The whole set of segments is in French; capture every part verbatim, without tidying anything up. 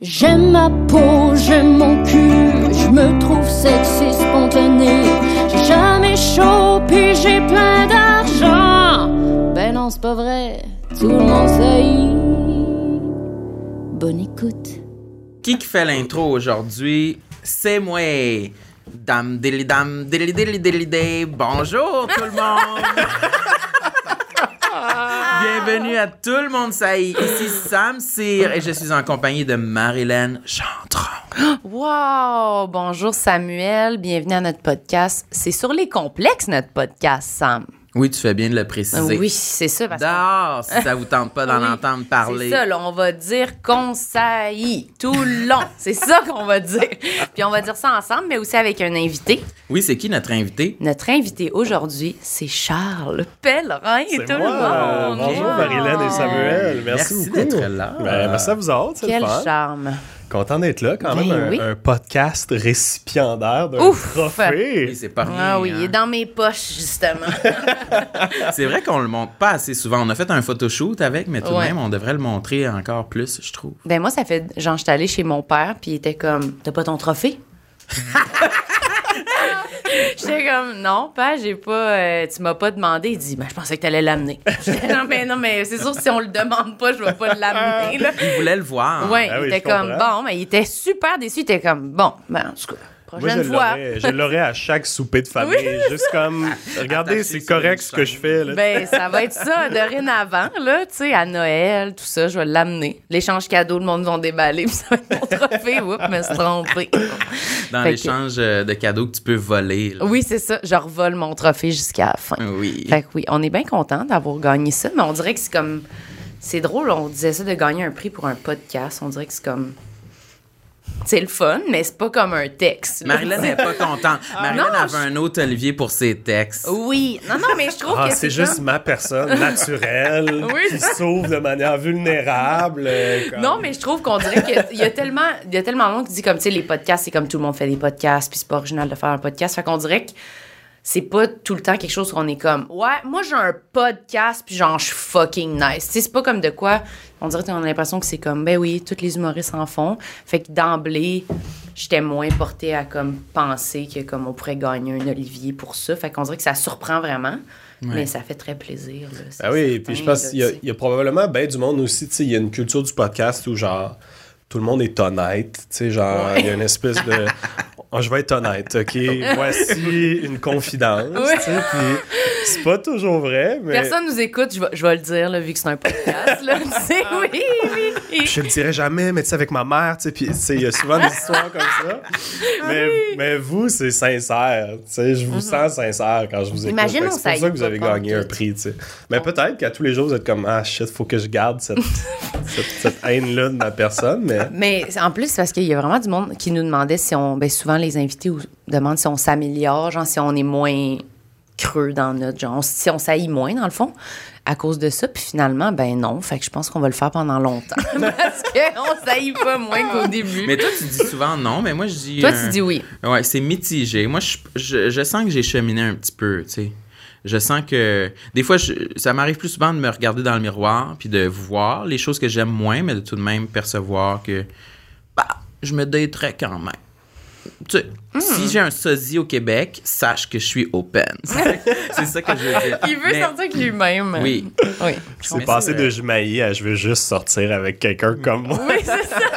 J'aime ma peau, j'aime mon cul, je me trouve sexy spontané. J'ai jamais chaud, puis j'ai plein d'argent. Ben non, c'est pas vrai, tout le monde sait. Bonne écoute. Qui qui fait l'intro aujourd'hui? C'est moi. Dame dili dame dili dili dili dé. Bonjour tout le monde. Bienvenue à Tout le monde saillit. Ici Sam Cyr et je suis en compagnie de Marilyn Gendron. Wow! Bonjour Samuel, bienvenue à notre podcast. C'est sur les complexes notre podcast, Sam. Oui, tu fais bien de le préciser. Oui, c'est ça. Parce Dehors, si ça vous tente pas d'en oui, entendre parler. C'est ça, là, on va dire qu'on saillit tout le long. C'est ça qu'on va dire. Puis on va dire ça ensemble, mais aussi avec un invité. Oui, c'est qui notre invité? Notre invité aujourd'hui, c'est Charles Pellerin et c'est tout moi. le monde. Bonjour Yeah. Marilyn et Samuel. Merci, Merci beaucoup. d'être là. Ben, merci à vous autres, c'est Quel le fun. charme. Content d'être là, quand Ben même, un, oui. un podcast récipiendaire d'un Ouf! trophée. Oui, c'est pas rien. Ah oui, il est hein. dans mes poches, justement. C'est vrai qu'on le montre pas assez souvent. On a fait un photoshoot avec, mais tout de Ouais. même, on devrait le montrer encore plus, je trouve. Ben moi, ça fait... Genre, j'étais allée chez mon père, puis il était comme... T'as pas ton trophée? J'étais comme, non, père, j'ai pas... euh, tu m'as pas demandé. Il dit, ben, je pensais que t'allais l'amener. J'étais, non, mais non, mais c'est sûr, si on le demande pas, je vais pas l'amener, là. Il voulait le voir. Ouais, Ah il oui, était je comme, comprends. bon, mais il était super déçu. Il était comme, bon, ben, en tout cas, Moi, prochaine je fois. l'aurais, je l'aurais à chaque souper de famille. Oui, juste comme, regardez, Attaché c'est sur correct une ce que je chaîne. fais. Là. Ben, ça va être ça, dorénavant, là, tu sais, à Noël, tout ça, je vais l'amener. L'échange cadeau, le monde va déballer, puis ça va être mon trophée. Oups, me suis trompée. Dans Fait que- l'échange euh, de cadeaux que tu peux voler. là. Oui, c'est ça, je revole mon trophée jusqu'à la fin. Oui. Fait que oui, on est bien content d'avoir gagné ça, mais on dirait que c'est comme... C'est drôle, on disait ça de gagner un prix pour un podcast. On dirait que c'est comme... C'est le fun, mais c'est pas comme un texte. là. Marilyn n'est pas contente. Marilyn non, avait un autre Olivier pour ses textes. Oui. Non, non, mais je trouve Ah, que c'est c'est juste comme- ma personne naturelle Oui. qui s'ouvre de manière vulnérable. euh, comme- Non, mais je trouve qu'on dirait qu'il y a tellement... Il y a tellement de monde qui dit comme, tu sais, les podcasts, c'est comme tout le monde fait des podcasts, puis c'est pas original de faire un podcast. Fait qu'on dirait que c'est pas tout le temps quelque chose qu'on est comme, ouais, moi j'ai un podcast, puis genre, je suis fucking nice. Tu sais, c'est pas comme de quoi, on dirait qu'on a l'impression que c'est comme, ben oui, tous les humoristes en font. Fait que d'emblée, j'étais moins portée à comme penser que comme on pourrait gagner un Olivier pour ça. Fait qu'on dirait que ça surprend vraiment, mais ça fait très plaisir. Là, c'est Ah oui, certain, puis je pense là, qu'il y a, tu sais. il y a probablement ben du monde aussi, tu sais, il y a une culture du podcast où genre tout le monde est honnête, tu sais, genre il y a une espèce de oh, je vais être honnête, OK, voici une confidence, Oui. tu sais, puis c'est pas toujours vrai, mais Personne nous écoute, je vais, je vais le dire, là, vu que c'est un podcast. Là, tu sais, oui, oui, oui. je le dirais jamais, mais tu sais, avec ma mère, tu sais, puis tu sais, il y a souvent des histoires comme ça. Mais, mais vous, c'est sincère, tu sais, je vous sens sincère quand je vous écoute. Imagine, Fait que on c'est pour ça saillit que vous avez pas gagné un pantoute. prix, tu sais. Mais peut-être qu'à tous les jours, vous êtes comme, ah shit, faut que je garde cette, cette, cette haine-là de ma personne, mais... Mais en plus, c'est parce qu'il y a vraiment du monde qui nous demandait si on. Ben souvent, les invités ou- demandent si on s'améliore, genre si on est moins creux dans notre genre, si on saillit moins, dans le fond, à cause de ça. Puis finalement, ben non. Fait que je pense qu'on va le faire pendant longtemps. Parce qu'on saillit pas moins qu'au début. Mais toi, tu dis souvent non, mais moi, je dis... Toi, euh, tu dis oui. Ouais, c'est mitigé. Moi, je, je, je sens que j'ai cheminé un petit peu, tu sais. Je sens que... Des fois, je- ça m'arrive plus souvent de me regarder dans le miroir puis de voir les choses que j'aime moins, mais de tout de même percevoir que... Bah, je me daterais quand même. Tu sais, Hmm. si j'ai un sosie au Québec, sache que je suis open. C'est c'est ça que je veux dire. Il veut Mais- sortir avec lui-même. Oui. Oui. C'est Mais passé c'est vrai. de je maillis à je veux juste sortir avec quelqu'un comme moi. Oui, c'est ça.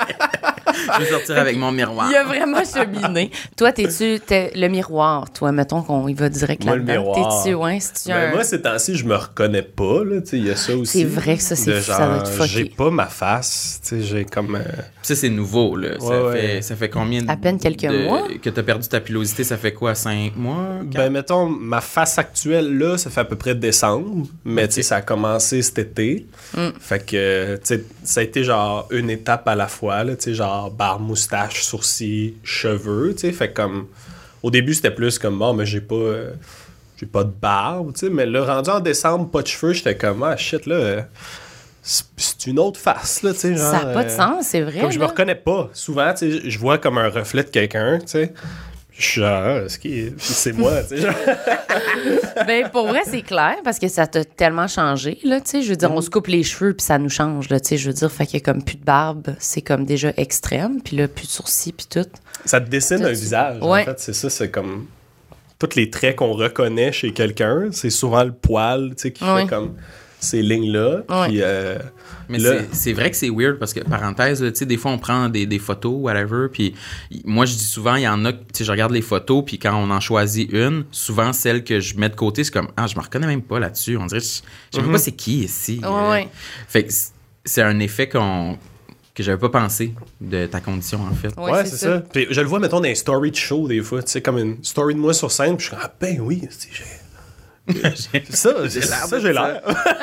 Je vais sortir avec mon miroir. Il a vraiment cheminé. Toi, t'es-tu t'es le miroir? Toi, mettons qu'on y va direct Moi, le là-dedans. miroir. T'es-tu, ouais? C'est-tu Ben, un... moi, ces temps-ci, je me reconnais pas, là, tu sais, il y a ça aussi. C'est vrai que ça, c'est- de ça doit être genre, fucké. j'ai pas ma face, tu sais, j'ai comme... euh, Ça, c'est nouveau, là. Ça, Ouais, fait, ouais. ça fait combien de... À peine quelques de- mois? Que t'as perdu ta pilosité, ça fait quoi, cinq mois? Ben, mettons, ma face actuelle, là, ça fait à peu près décembre, mais tu sais, ça a commencé cet été. Mm. Fait que, tu sais, ça a été genre une étape à la fois, là, tu sais, genre barbe, moustache, sourcils, cheveux, tu sais, fait comme... Au début, c'était plus comme, bon, mais j'ai pas... euh, j'ai pas de barbe, tu sais, mais là, rendu en décembre, pas de cheveux, j'étais comme, ah, shit, là... euh, c'est c'est une autre face, là, tu sais, genre... Ça n'a pas de euh, sens, c'est vrai. Comme je me là. reconnais pas. Souvent, tu sais, je vois comme un reflet de quelqu'un, tu sais. Je suis genre, ah, est-ce que c'est moi, tu sais, genre. Ben, pour vrai, c'est clair, parce que ça t'a tellement changé, là, tu sais. Je veux dire, mm. on se coupe les cheveux, puis ça nous change, là, tu sais. Je veux dire, fait qu'il y a comme plus de barbe, c'est comme déjà extrême, puis là, plus de sourcils, puis tout. Ça te dessine tout un visage, ouais. en fait, c'est ça, c'est comme... Tous les traits qu'on reconnaît chez quelqu'un, c'est souvent le poil, tu sais, qui ouais. fait comme ces lignes-là, ouais. puis... Euh, Mais là, c'est, c'est vrai que c'est weird parce que, parenthèse, tu sais, des fois, on prend des, des photos, whatever, puis moi, je dis souvent, il y en a, tu sais, je regarde les photos, puis quand on en choisit une, souvent, celle que je mets de côté, c'est comme, ah, je me reconnais même pas là-dessus. On dirait, je, je sais mm-hmm. même pas c'est qui ici. Ouais, euh, ouais. Fait que c'est un effet qu'on, que j'avais pas pensé de ta condition, en fait. Ouais, ouais c'est, c'est ça. ça. Puis je le vois, mettons, dans les stories de show, des fois, tu sais, comme une story de moi sur scène, puis je suis comme, ah, ben oui, c'est, j'ai... c'est ça, j'ai l'air. Ça, j'ai l'air.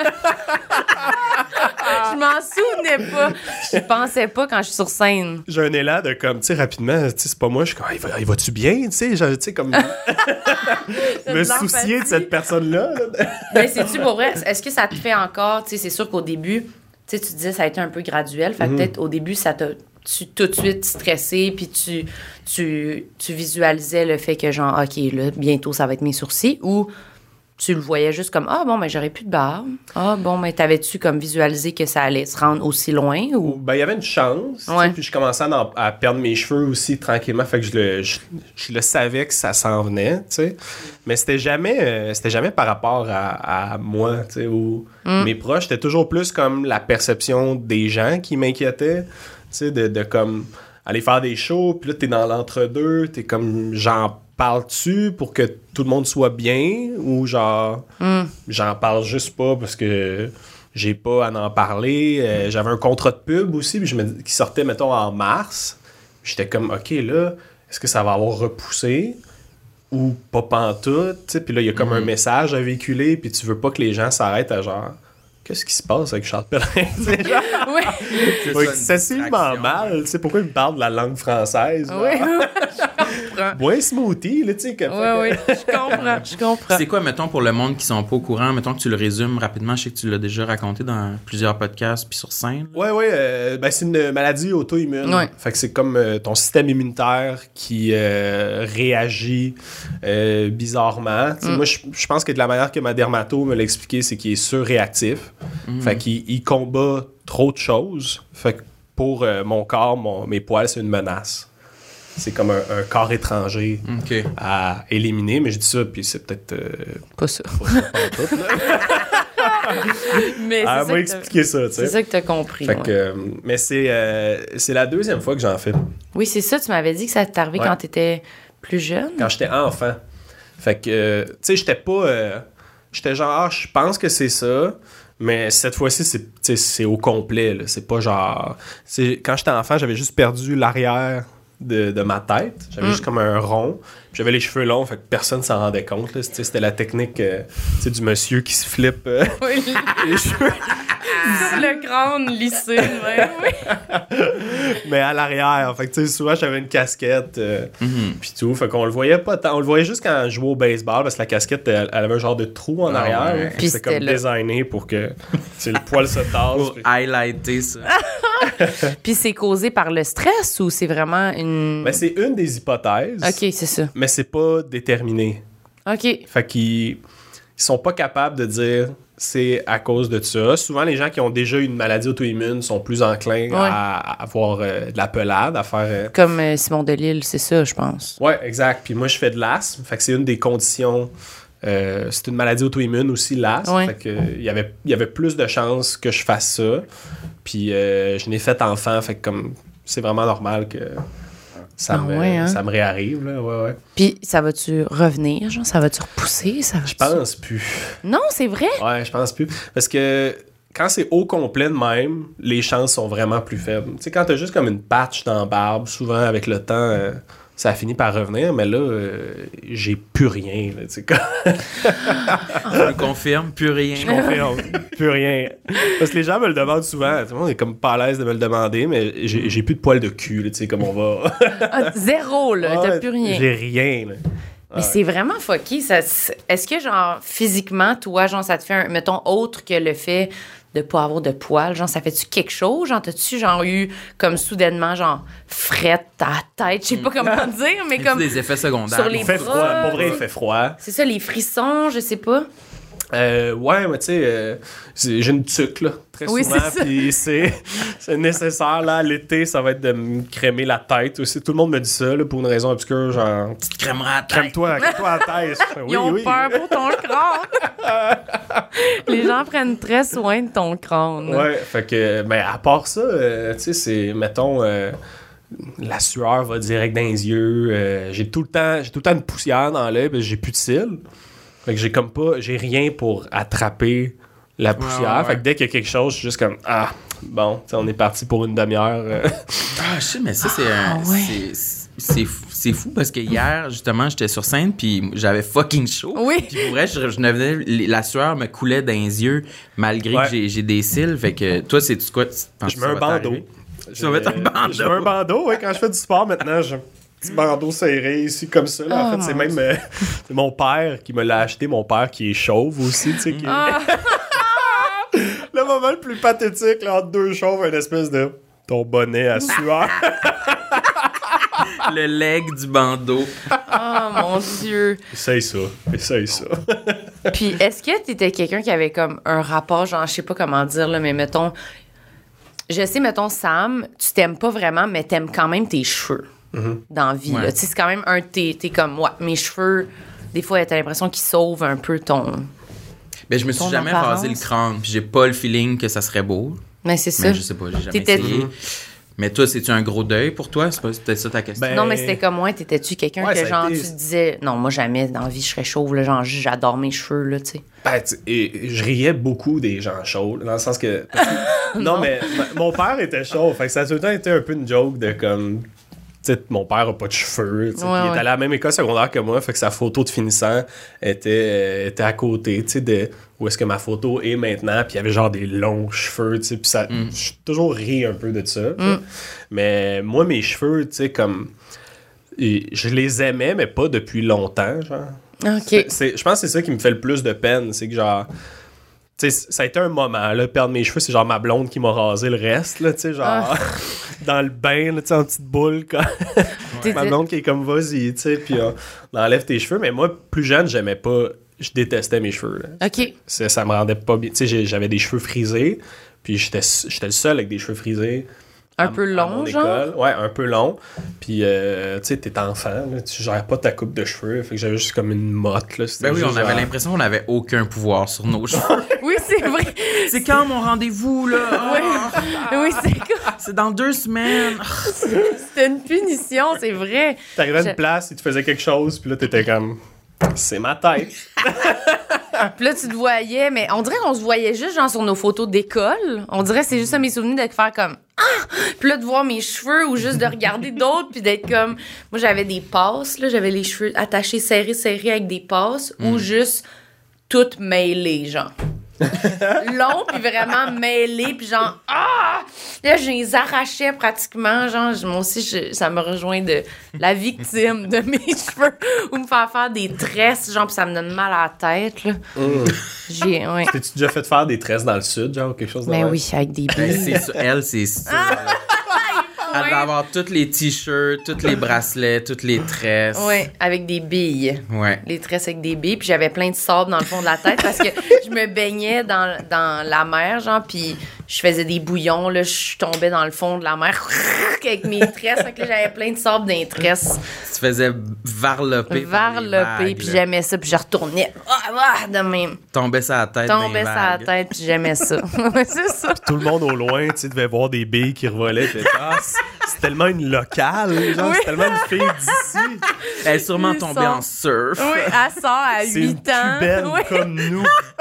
Je m'en souvenais pas. Je pensais pas quand je suis sur scène. J'ai un élan de comme, tu sais, rapidement, tu sais, c'est pas moi, je suis comme, il, va, il va-tu bien, tu sais, tu sais, comme. me soucier de cette personne-là. Mais c'est-tu pour vrai? Est-ce que ça te fait encore, tu sais, c'est sûr qu'au début, tu sais, tu disais ça a été un peu graduel, fait que mm. peut-être au début, ça t'a. Tu tout de suite stressé, puis tu, tu, tu visualisais le fait que, genre, OK, là, bientôt, ça va être mes sourcils, ou. Tu le voyais juste comme, ah bon, mais j'aurais plus de barbe. Ah bon, mais t'avais-tu comme visualisé que ça allait se rendre aussi loin? Ou ben, il y avait une chance. Ouais. Puis je commençais à, à perdre mes cheveux aussi tranquillement. Fait que je le, je, je le savais que ça s'en venait, tu sais. Mais c'était jamais, euh, c'était jamais par rapport à, à moi, tu sais, ou mm. mes proches. C'était toujours plus comme la perception des gens qui m'inquiétaient, tu sais, de, de comme aller faire des shows. Puis là, t'es dans l'entre-deux. T'es comme, j'en parles-tu pour que tout le monde soit bien ou genre mm. j'en parle juste pas parce que j'ai pas à en parler. Euh, j'avais un contrat de pub aussi puis je me, qui sortait mettons en mars. J'étais comme ok là est-ce que ça va avoir repoussé ou pas pantoute, puis là il y a comme mm. un message à véhiculer puis tu veux pas que les gens s'arrêtent à genre qu'est-ce qui se passe avec Charles Pellerin? Oui. C'est excessivement mal. Tu sais, pourquoi il me parle de la langue française? Oui, je comprends. Bois un smoothie, là, tu sais. Oui, oui, je comprends, je comprends. C'est quoi, mettons, pour le monde qui sont pas au courant, mettons que tu le résumes rapidement, je sais que tu l'as déjà raconté dans plusieurs podcasts puis sur scène. Oui, oui, euh, ben, c'est une maladie auto-immune. Ouais. Fait que c'est comme euh, ton système immunitaire qui euh, réagit euh, bizarrement. Mm. Moi, je pense que de la manière que ma dermato me l'a expliqué, c'est qu'il est surréactif. Mmh. Fait qu'il il combat trop de choses. Fait que pour euh, mon corps, mon, mes poils, c'est une menace. C'est comme un, un corps étranger okay. à éliminer. Mais je dis ça, puis c'est peut-être... Euh, pas ça. Pas ça, pas tout, là. Mais c'est ah, ça m'a expliqué ça, tu sais. C'est ça que t'as compris. Fait ouais. que, euh, mais c'est, euh, c'est la deuxième fois que j'en fais. Oui, c'est ça. Tu m'avais dit que ça t'est arrivé ouais. quand t'étais plus jeune. Quand j'étais enfant. Fait que, euh, tu sais, j'étais pas... Euh, j'étais genre, ah, je pense que c'est ça... Mais cette fois-ci, c'est, c'est au complet. Là. C'est pas genre... C'est, quand j'étais enfant, j'avais juste perdu l'arrière de, de ma tête. J'avais mm. juste comme un rond. Puis j'avais les cheveux longs, fait que personne s'en rendait compte. Là. C'était la technique euh, du monsieur qui se flippe euh, oui. les cheveux. Sur le crâne lissé. Ouais, oui. Mais à l'arrière. Fait que tu sais, souvent, j'avais une casquette. Euh, mm-hmm. Puis tout. Fait qu'on le voyait pas tant. On le voyait juste quand je jouais au baseball parce que la casquette, elle, elle avait un genre de trou en oh, arrière. Ouais. Puis c'était comme le... designé pour que le poil se tasse. Pour puis... highlighter ça. Puis c'est causé par le stress ou c'est vraiment une... Ben, c'est une des hypothèses. OK, c'est ça. Mais c'est pas déterminé. OK. Fait qu'ils ils sont pas capables de dire c'est à cause de ça. Souvent, les gens qui ont déjà une maladie auto-immune sont plus enclins ouais. à, à avoir euh, de la pelade, à faire... Euh... Comme euh, Simon Delille, c'est ça, je pense. Ouais, exact. Puis moi, je fais de l'asthme. Fait que c'est une des conditions... Euh, c'est une maladie auto-immune aussi, l'asthme. Ouais. Fait que il y avait, y avait plus de chances que je fasse ça. Puis euh, je l'ai fait enfant. Fait que comme c'est vraiment normal que... Ça, ah me, ouais, hein? ça me réarrive, là, ouais, ouais. Puis, ça va-tu revenir, genre? Ça va-tu repousser? Ça va-tu... Je pense plus. Non, c'est vrai? Ouais, je pense plus. Parce que quand c'est au complet de même, les chances sont vraiment plus faibles. Tu sais, quand t'as juste comme une patch dans la barbe, souvent, avec le temps, euh, ça a fini par revenir, mais là, euh, j'ai plus rien, là, tu sais. Je confirme, plus rien. Je confirme, plus rien. Parce que les gens me le demandent souvent. Tout le monde est comme pas à l'aise de me le demander, mais j'ai, j'ai plus de poils de cul, là, tu sais, comme on va... ah, zéro, là, ah, t'as plus rien. J'ai rien, là. Mais ouais. C'est vraiment fucké. Ça, est-ce que, genre, physiquement, toi, genre, ça te fait un... Mettons, autre que le fait de pas avoir de poils? Genre, ça fait-tu quelque chose? Genre, t'as-tu, genre, eu, comme, soudainement, genre, frette ta tête? Je sais pas comment dire, mais comme... des effets secondaires. Sur les Il fait bras. froid. Pour vrai, il fait froid. C'est ça, les frissons, je sais pas. Euh, ouais, mais tu sais, euh, c'est- j'ai une tuque, là, très Oui, souvent, c'est ça. puis c'est, c'est nécessaire, là, l'été, ça va être de me crémer la tête aussi. Tout le monde me dit ça, là, pour une raison obscure, genre, Tu te crèmeras la tête. crème-toi, crème-toi la tête. Oui, Ils ont oui. peur pour ton crâne. Les gens prennent très soin de ton crâne. Ouais, fait que, ben, à part ça, euh, tu sais, c'est, mettons, euh, la sueur va direct dans les yeux, euh, j'ai tout le temps, j'ai tout le temps une poussière dans l'œil, parce que j'ai plus de cils. Fait que j'ai comme pas, j'ai rien pour attraper la poussière. Ouais, ouais, ouais. Fait que dès qu'il y a quelque chose, je suis juste comme, ah, bon, tu sais, on est parti pour une demi-heure. euh. Ah, je sais, mais ça, c'est un- ouais. c'est- c'est fou- c'est fou parce que hier, justement, j'étais sur scène puis j'avais fucking chaud. Oui. Puis pour vrai, je, je devenais- la sueur me coulait dans les yeux malgré Ouais. que j'ai- j'ai des cils. Fait que toi, c'est tu quoi? Tu penses Je que mets ça un va bandeau. t'arriver? Tu vas mettre un bandeau. Je mets un bandeau, ouais, quand je fais du sport maintenant, j'ai un petit bandeau serré ici comme ça. Là. En Oh, fait, c'est mon même euh, c'est mon père qui me l'a acheté, mon père qui est chauve aussi, tu sais. Qui... Ah, Le moment le plus pathétique, là, entre deux chauves, une espèce de ton bonnet à sueur. Le leg du bandeau. oh, mon Dieu. Essaye ça, essaye ça. Puis, est-ce que t'étais quelqu'un qui avait comme un rapport, genre, je sais pas comment dire, là, mais mettons, je sais, mettons, Sam, tu t'aimes pas vraiment, mais t'aimes quand même tes cheveux dans la vie, Ouais. là. Tu sais, c'est quand même un, t'es, t'es comme, ouais, mes cheveux, des fois, t'as l'impression qu'ils sauvent un peu ton... Ben, je me suis Ton jamais apparence. rasé le crâne puis j'ai pas le feeling que ça serait beau. Mais c'est ça. Mais je sais pas, j'ai jamais T'étais- essayé. Mais toi, c'est-tu un gros deuil pour toi? C'est pas- c'est peut-être ça ta question? Ben, Non, mais c'était comme moi, t'étais-tu quelqu'un Ouais, que, ça a genre, été- tu te disais, non, moi, jamais dans la vie, je serais chauve, là, genre, j'adore mes cheveux, là, tu sais. Ben, tu- et, je riais beaucoup des gens chauds, dans le sens que... non, mais m- mon père était chauve, fait que ça a tout le temps été un peu une joke de comme... Tu sais, mon père a pas de cheveux, tu sais, Ouais, puis il ouais. est allé à la même école secondaire que moi, fait que sa photo de finissant était, euh, était à côté, tu sais, de où est-ce que ma photo est maintenant, puis il y avait genre des longs cheveux, tu sais, puis ça... J'ai toujours ri un peu de ça, tu sais. Mais moi, mes cheveux, tu sais, comme... et je les aimais, mais pas depuis longtemps, genre. OK. C'est- c'est- je pense que c'est ça qui me fait le plus de peine. C'est que genre. Tu sais, ça a été un moment, là, perdre mes cheveux, c'est genre ma blonde qui m'a rasé le reste, là, tu sais, genre, dans le bain, là, tu sais, en petite boule, quoi. T'étais- Ma blonde qui est comme, vas-y, tu sais, puis on, on enlève tes cheveux. Mais moi, plus jeune, j'aimais pas, je détestais mes cheveux, là. OK. Ça, ça me rendait pas bien. Tu sais, j'ai- j'avais des cheveux frisés, puis j'étais j'étais le seul avec des cheveux frisés. Un à- peu à long, mon genre? école. Ouais, un peu long. Puis, euh, tu sais, t'es enfant, là, tu gères pas ta coupe de cheveux. Fait que j'avais juste comme une motte, là. C'était Ben oui, juste on avait genre- l'impression qu'on avait aucun pouvoir sur nos cheveux. Oui, c'est vrai. C'est quand mon rendez-vous, là? Oui, Ah, oui c'est quoi? c'est dans deux semaines. C'était une punition, c'est vrai. T'arrivais à Je- une place, il te faisait quelque chose, puis là, t'étais comme... C'est ma tête. Puis là, tu te voyais, mais on dirait qu'on se voyait juste, genre, sur nos photos d'école. On dirait que c'est juste ça mes souvenirs de faire comme ah! Puis là, de voir mes cheveux ou juste de regarder d'autres, puis d'être comme. Moi, j'avais des passes, là. J'avais les cheveux attachés, serrés, serrés avec des passes ou juste toutes mêlées, genre. Long, puis vraiment mêlées, puis genre ah! Là, je les arrachais pratiquement, genre, je- moi aussi, je- ça me rejoint de la victime de mes cheveux ou me faire faire des tresses, genre, puis ça me donne mal à la tête, là. J'ai, ouais. T'es-tu déjà fait faire des tresses dans le sud, genre, ou quelque chose de Mais même? oui, avec des Ben, billes. c'est ça. Elle, c'est ça. Elle Ouais. va avoir tous les t-shirts, tous les bracelets, toutes les tresses. Ouais, avec des billes. Ouais. Les tresses avec des billes, puis j'avais plein de sable dans le fond de la tête parce que je me baignais dans, dans la mer, genre, puis je faisais des bouillons, là, je tombais dans le fond de la mer avec mes tresses, fait que là, j'avais plein de sable dans les tresses, Tu te faisais varloper. par les varlopées, vagues, puis là. j'aimais ça, puis je retournais, ah, ah, de même, Tombais sur la tête. dans les tombais sur la vagues. tête, puis j'aimais ça. Ouais, c'est ça. Tout le monde au loin, tu sais, devait voir des billes qui revolaient. T'es, ah, c'est, c'est tellement une locale, genre, Oui. c'est tellement une fille d'ici. Elle est sûrement Ils tombée sont- en surf. Oui, elle sort à C'est une huit ans. cubaine Oui. comme nous.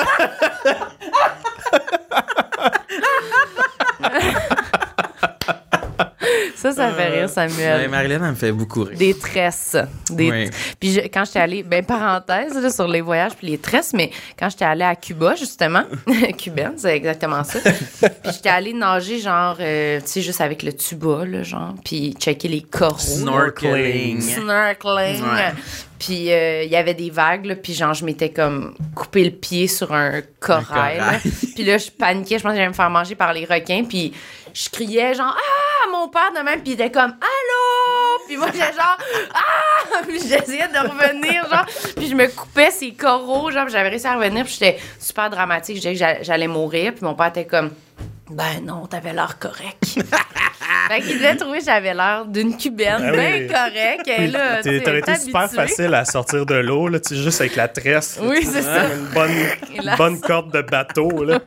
Ça, ça fait rire, Ouais, Samuel. Marilyn, elle me fait beaucoup rire. Des tresses. Des Oui. Puis je- quand j'étais allée, ben parenthèse là, sur les voyages puis les tresses, mais quand j'étais allée à Cuba, justement, cubaine, c'est exactement ça. Puis j'étais allée nager, genre, euh, tu sais, juste avec le tuba, là, genre, puis checker les coraux. Snorkeling. Snorkeling. Ouais. Puis euh, il y avait des vagues, là, puis genre, je m'étais comme coupé le pied sur un corail. Un corail. Puis là, je paniquais, je pensais que j'allais me faire manger par les requins. Puis je criais genre « Ah! » Mon père de même, puis il était comme « Allô? » Puis moi, j'étais genre « Ah! » Puis j'essayais de revenir, genre. Puis je me coupais ces coraux, genre, puis j'avais réussi à revenir. Puis j'étais super dramatique, je disais que j'a- j'allais mourir. Puis mon père était comme « Ben non, t'avais l'air correct. » Fait qu'il devait trouver que j'avais l'air d'une cubaine Ah bien oui. correcte. Et là, T'es- tu T'aurais sais, été super habituée. facile à sortir de l'eau, là, tu sais, juste avec la tresse. là, Oui, tu c'est sais, ça. Une bonne, Et une là, bonne corde de bateau, là.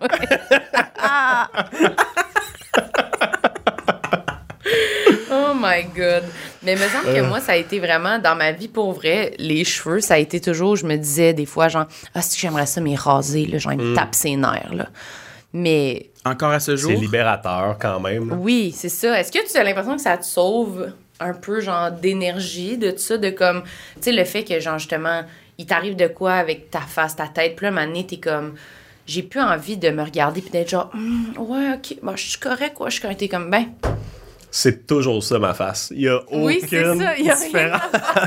Oh my God. Mais il me semble que moi, ça a été vraiment, dans ma vie, pour vrai, les cheveux, ça a été toujours, je me disais des fois, genre, ah, c'est que j'aimerais ça m'y raser, là, genre, il me tape ses nerfs, là. Mais Encore à ce jour? C'est libérateur, quand même. oui, c'est ça. Est-ce que tu as l'impression que ça te sauve un peu, genre, d'énergie, de tout ça, de comme, tu sais, le fait que, genre, justement, il t'arrive de quoi avec ta face, ta tête, puis là, à un moment donné, t'es comme, j'ai plus envie de me regarder puis d'être genre, Hum, ouais, OK, bon, je suis correct, ouais, je suis correct. T'es comme, ben, C'est toujours ça, ma face. Il y a aucune oui, c'est ça, il y a rien différence.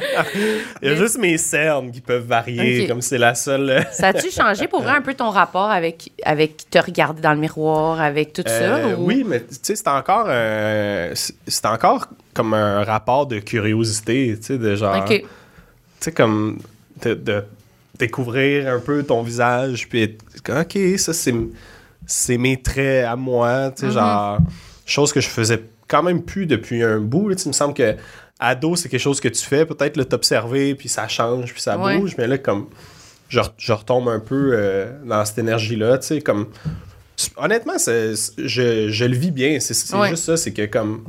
Il y a Mais- juste mes cernes qui peuvent varier, Ok. comme c'est la seule... ça a-tu changé pour vrai un peu ton rapport avec, avec te regarder dans le miroir, avec tout Euh, ça? Ou... Oui, mais tu sais, c'est encore un- c'est c'est encore comme un rapport de curiosité, tu sais, de genre... OK. Tu sais, comme de, de découvrir un peu ton visage, puis être comme, OK, ça, c'est, c'est mes traits à moi, tu sais, Mm-hmm. genre... Chose que je faisais quand même plus depuis un bout, là, tu sais, il me semble que ado, c'est quelque chose que tu fais, peut-être le t'observer, puis ça change, puis ça Ouais. bouge, mais là, comme... Je, re- je retombe un peu euh, dans cette énergie-là, tu sais, comme... Honnêtement, c'est- c'est- je, je le vis bien. C'est c'est Ouais. juste ça, c'est que comme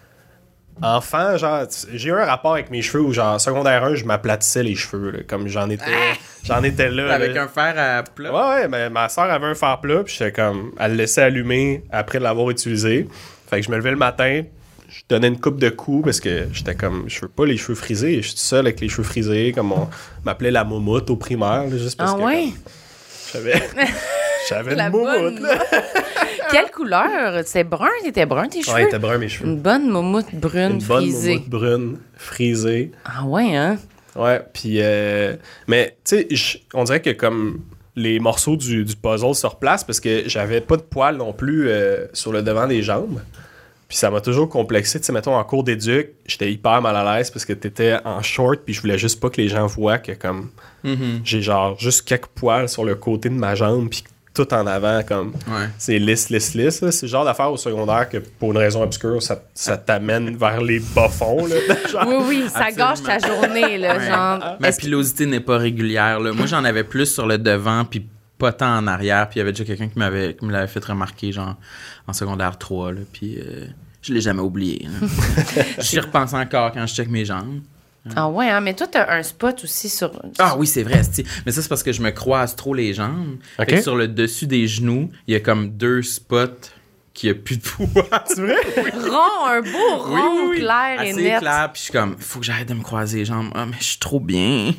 enfant, genre, j'ai eu un rapport avec mes cheveux où, genre, secondaire un, je m'aplatissais les cheveux, là, comme j'en étais, j'en étais là. Avec là. un fer à plat? Ouais, ouais, mais ma soeur avait un fer plat, puis j'étais comme, elle le laissait allumer après l'avoir utilisé. Fait que je me levais le matin, je donnais une coupe de coups parce que j'étais comme, je veux pas les cheveux frisés, je suis tout seul avec les cheveux frisés, comme on m'appelait la moumoute au primaire, là, juste parce Ah que ouais? comme, j'avais, j'avais La une bonne moumoute, là. Quelle couleur? C'est brun? T'étais brun, tes cheveux? Ouais, il était brun mes cheveux. Une bonne moumoute brune Une bonne frisée. moumoute brune, frisée. Ah ouais, hein? Ouais, puis... euh, mais, tu sais, je- on dirait que comme les morceaux du, du puzzle se replacent parce que j'avais pas de poils non plus euh, sur le devant des jambes. Puis ça m'a toujours complexé. Tu sais, mettons, en cours d'éduc, j'étais hyper mal à l'aise parce que t'étais en short puis je voulais juste pas que les gens voient que comme... Mhm. J'ai genre juste quelques poils sur le côté de ma jambe puis tout en avant, comme... Ouais. C'est lisse, lisse, lisse. là. C'est le genre d'affaire au secondaire que, pour une raison obscure, ça, ça t'amène vers les bas-fonds. Là, genre. Oui, oui, ça Absolument. gâche ta journée, là, Ouais. genre... Ma est-ce que- pilosité n'est pas régulière. Là. Moi, j'en avais plus sur le devant, puis pas tant en arrière. Puis il y avait déjà quelqu'un qui, m'avait, qui me l'avait fait remarquer, genre, en secondaire trois. Là, puis euh, je l'ai jamais oublié. là. J'y repense encore quand je check mes jambes. Ah ouais, hein? Mais toi, t'as un spot aussi sur... Ah oui, c'est vrai, esti. Mais ça, c'est parce que je me croise trop les jambes. Ok. Fait que sur le dessus des genoux, il y a comme deux spots qui a plus de poids. C'est vrai? Rond, un beau rond clair et Assez net. clair, puis je suis comme, faut que j'arrête de me croiser les jambes. Ah, mais je suis trop bien.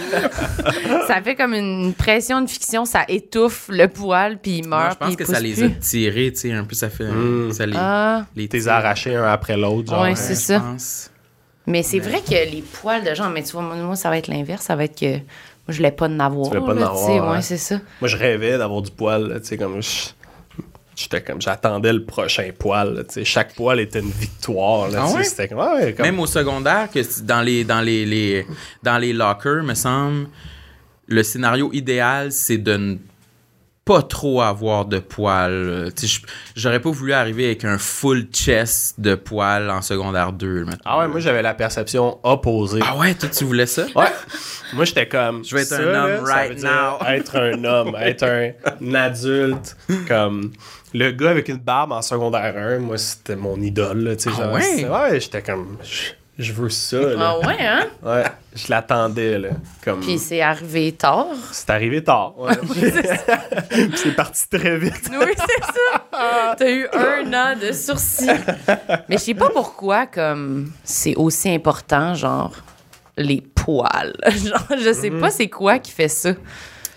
Ça fait comme une pression de fiction, ça étouffe le poil, puis il Moi, meurt, je pense puis il que pousse ça les plus. a tirés, tu sais, un peu, ça fait... Mm. Ça les, Ah, les T'es tire. arrachés un après l'autre. Genre, Ouais, hein. c'est je ça. pense. mais c'est vrai que les poils de jambes, mais tu vois, moi, moi, ça va être l'inverse, ça va être que moi, je voulais pas en avoir. Tu voulais pas là, en tu sais, avoir, ouais, hein. c'est ça. Moi, je rêvais d'avoir du poil. là, Tu sais, comme... je- J'étais comme... J'attendais le prochain poil. là, tu sais. Chaque poil était une victoire. Là, Ah tu sais. ouais? C'était comme... Ouais, comme... Même au secondaire, que c'est dans les, dans les, les- dans les lockers, me semble, le scénario idéal, c'est de ne pas trop avoir de poils. Tu sais, je- j'aurais pas voulu arriver avec un full chest de poils en secondaire deux. mettons. Ah ouais, moi, j'avais la perception opposée. Ah ouais, toi, tu voulais ça? Ouais. Moi, j'étais comme... Je vais être ça, un homme là, ça right veut dire now. Être un homme, être un, un adulte, comme... Le gars avec une barbe en secondaire un, moi, c'était mon idole, là, tu sais, Ah genre, ouais? c'était- ouais, j'étais comme... Je, je veux ça, là. Ah ouais, hein? Ouais, je l'attendais, là, comme... Puis c'est arrivé tard. C'est arrivé tard, ouais. Puis c'est parti très vite. Oui, c'est ça. T'as eu un an de sursis. Mais je sais pas pourquoi, comme, c'est aussi important, genre, les poils. Genre, je sais pas c'est quoi qui fait ça.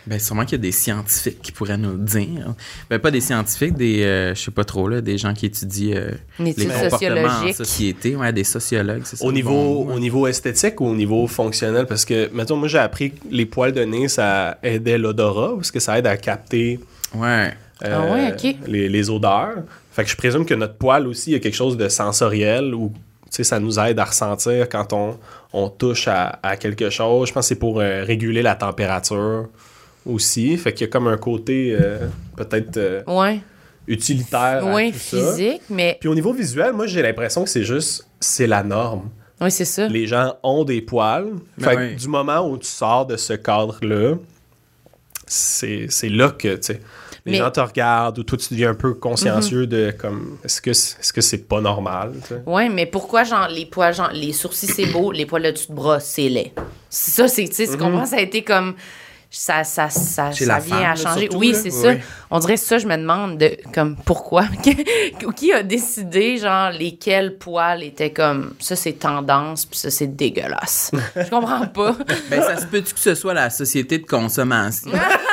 Ben, sûrement qu'il y a des scientifiques qui pourraient nous le dire. Ben, pas des scientifiques, des, euh, je sais pas trop, là, des gens qui étudient euh, Une les étude comportements en sociologique. société. Ouais, des sociologues, c'est ça. Au le niveau, bon mot, au hein. niveau esthétique ou au niveau fonctionnel? Parce que, mettons, moi, j'ai appris que les poils de nez, ça aidait l'odorat, parce que ça aide à capter Ouais. euh, Ah ouais, ok. les, les odeurs. Fait que je présume que notre poil aussi, il y a quelque chose de sensoriel où, tu sais, ça nous aide à ressentir quand on, on touche à, à quelque chose. Je pense que c'est pour euh, réguler la température aussi. Fait qu'il y a comme un côté euh, peut-être euh, Ouais. utilitaire à Ouais, tout ça. physique, mais. Puis au niveau visuel, moi, j'ai l'impression que c'est juste, c'est la norme. Oui, c'est ça. Les gens ont des poils. Ben Fait que oui. du moment où tu sors de ce cadre-là, c'est, c'est là que, tu sais, les Mais- gens te regardent ou toi, tu deviens un peu consciencieux de, comme, est-ce que c'est, est-ce que c'est pas normal, tu sais? Ouais, mais pourquoi, genre, les poils, genre, les sourcils, c'est beau, les poils de dessus de bras, c'est laid. C'est ça, c'est, tu sais, tu comprends? Ça a été comme. Ça, ça, ça, Chez ça la vient femme, à là, changer. surtout, Oui, là. c'est Oui, ça. oui. On dirait ça, je me demande, de, comme, pourquoi? Qui a décidé, genre, lesquels poils étaient comme, ça, c'est tendance, puis ça, c'est dégueulasse. Je comprends pas. Ben, ça se peut-tu que ce soit la société de consommation?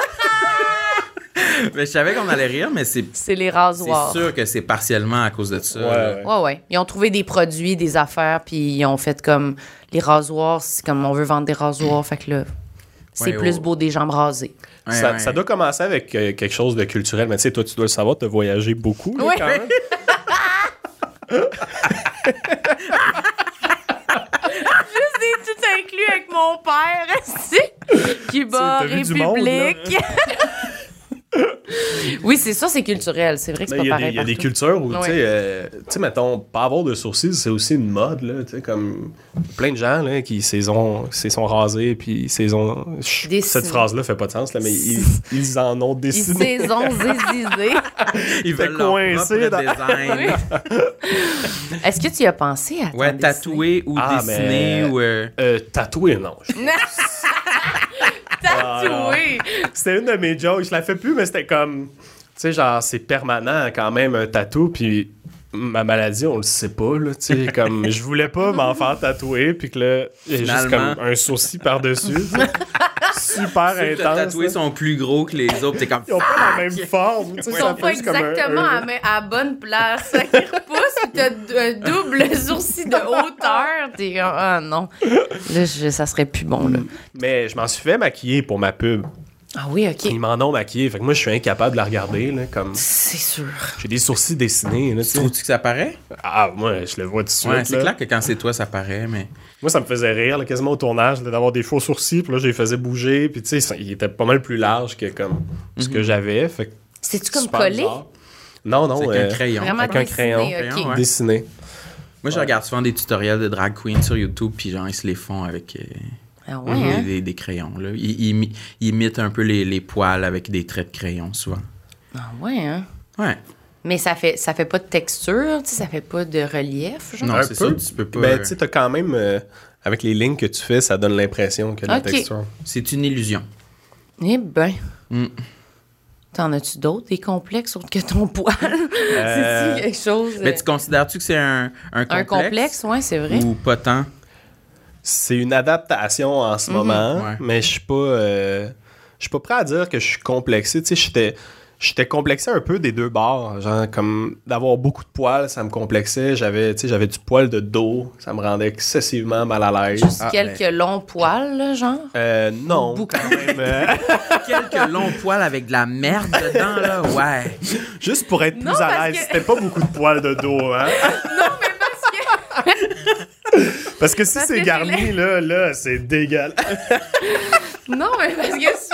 Ben, je savais qu'on allait rire, mais c'est, C'est les c'est rasoirs. sûr que c'est partiellement à cause de ça. Ouais, là. ouais. Ouais, ouais. Ils ont trouvé des produits, des affaires, puis ils ont fait comme les rasoirs, c'est comme on veut vendre des rasoirs, fait que là, c'est Ouais, plus oh. beau des jambes rasées. Ouais, ça, ouais. ça doit commencer avec euh, quelque chose de culturel, mais tu sais, toi, tu dois le savoir, tu as voyagé beaucoup, là, Ouais. quand même. C'est tout inclus avec mon père, aussi, qui bat t'as vu du monde, République. Oui, c'est ça, c'est culturel. C'est vrai que c'est Mais pas il y a, des, pareil il y a des partout. cultures où, Ouais. tu sais, euh, tu sais, mettons, pas avoir de sourcils, c'est aussi une mode, là, tu sais, comme plein de gens, là, qui s'y sont, s'y sont rasés, puis s'y ont... Chut, Dessiné. cette phrase-là fait pas de sens, là, mais ils, ils en ont Ils dessiné. saison zésisés. Ils veulent leur coincé propre dans- design. Est-ce que tu y as pensé à Ouais, t'en tatoué ou Ah, dessiné mais- ou... euh, Euh, tatoué, non. dessiner? Tatoué! C'était une de mes jokes, je la fais plus, mais c'était comme... Tu sais, genre, c'est permanent quand même, un tatou, puis ma maladie, on le sait pas, là, tu sais, comme... Je voulais pas m'en faire tatouer, puis que là, il y a juste Finalement. comme un sourcil par-dessus. Super ceux que intense. t'as tatoués là. sont plus gros que les autres. T'es comme... Ils ont pas la même forme. tu sais, Ils ça sont fait pas juste comme un- exactement un- à, ma- à la bonne place. Ça qui repousse, pis t'as d- un double sourcil de hauteur. T'es comme, ah non. Là, je- ça serait plus bon, là. Mais je m'en suis fait maquiller pour ma pub. Ah oui, OK. Ils m'en ont maquillé. Fait que moi, je suis incapable de la regarder. Là, comme... C'est sûr. J'ai des sourcils dessinés. Là, tu sais. Trouves-tu que ça paraît? Ah, moi, je le vois tout de suite. Ouais, c'est là. clair que quand c'est toi, ça paraît, mais... Moi, ça me faisait rire, là, quasiment au tournage, là, d'avoir des faux sourcils. Puis là, je les faisais bouger. Puis tu sais, ça- ils étaient pas mal plus larges que comme ce que j'avais. Fait que C'est-tu comme super collé? bizarre. Non, non. C'est euh, qu'un crayon. Vraiment avec un dessiné, crayon. OK. Crayon, ouais. dessiné. Moi, je regarde souvent des tutoriels de drag queen sur YouTube, puis genre, ils se les font avec euh, Ah ouais, des, hein? des- des crayons. Là. Ils, ils imi- ils imitent un peu les, les poils avec des traits de crayon, souvent. Ah ouais, hein? Ouais. Mais ça fait, ça fait pas de texture, tu sais, ça fait pas de relief, genre? Non, Un c'est peu. ça, tu peux pas... Ben, tu sais, t'as quand même... euh, avec les lignes que tu fais, ça donne l'impression qu'il y a de la Ok. texture. C'est une illusion. Eh ben. Mm. T'en as-tu d'autres, des complexes autres que ton poil? Euh, C'est-tu quelque chose... Mais euh, tu considères-tu que c'est un, un complexe? un complexe, ouais, c'est vrai. Ou pas tant? C'est une adaptation en ce moment, Ouais. mais je suis pas euh, je suis pas prêt à dire que je suis complexé. Tu sais, j'étais j'étais complexé un peu des deux bords, genre comme d'avoir beaucoup de poils, ça me complexait. J'avais tu sais, j'avais du poil de dos, ça me rendait excessivement mal à l'aise. Juste Ah, quelques ben. longs poils, là, genre. Euh, non, Beaucoup. quand même. euh, Quelques longs poils avec de la merde dedans, là, ouais. juste pour être plus Non, à parce l'aise, que- c'était pas beaucoup de poils de dos, hein. Non, mais parce que... Parce que si Parce c'est que garni là, là, c'est dégueulasse. Non, mais parce que ça...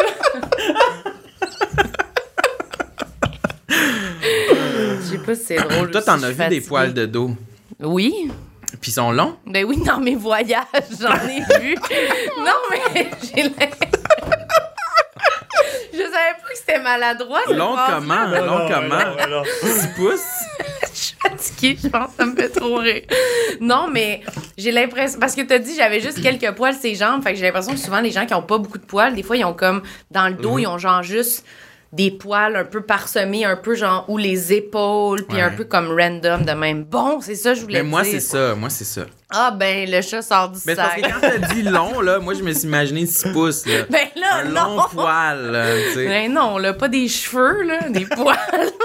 Je sais pas si c'est drôle. Toi, si t'en je as suis vu des fatiguée. poils de dos. Oui. Puis ils sont longs? Ben oui, dans mes voyages, j'en ai vu. Non, mais j'ai l'impression... Je savais pas que c'était maladroit. cette Long phrase-là. comment? Long comment? six pouces? Je suis fatiguée, je pense que ça me fait trop rire. Non, mais j'ai l'impression... Parce que t'as dit j'avais juste quelques poils sur les jambes, fait que j'ai l'impression que souvent, les gens qui ont pas beaucoup de poils, des fois, ils ont comme... Dans le dos, ils ont genre juste des poils un peu parsemés, un peu genre, ou les épaules, puis Ouais. un peu comme random de même. Bon, c'est ça que je voulais Mais moi, dire. c'est ça. Moi, c'est ça. Ah, ben, le chat sort du Mais c'est parce sac. que quand t'as dit long, là, moi, je me suis imaginé six pouces, là. Ben là, Un non! long poil, là, tu sais. Ben non, là, pas des cheveux, là, des poils.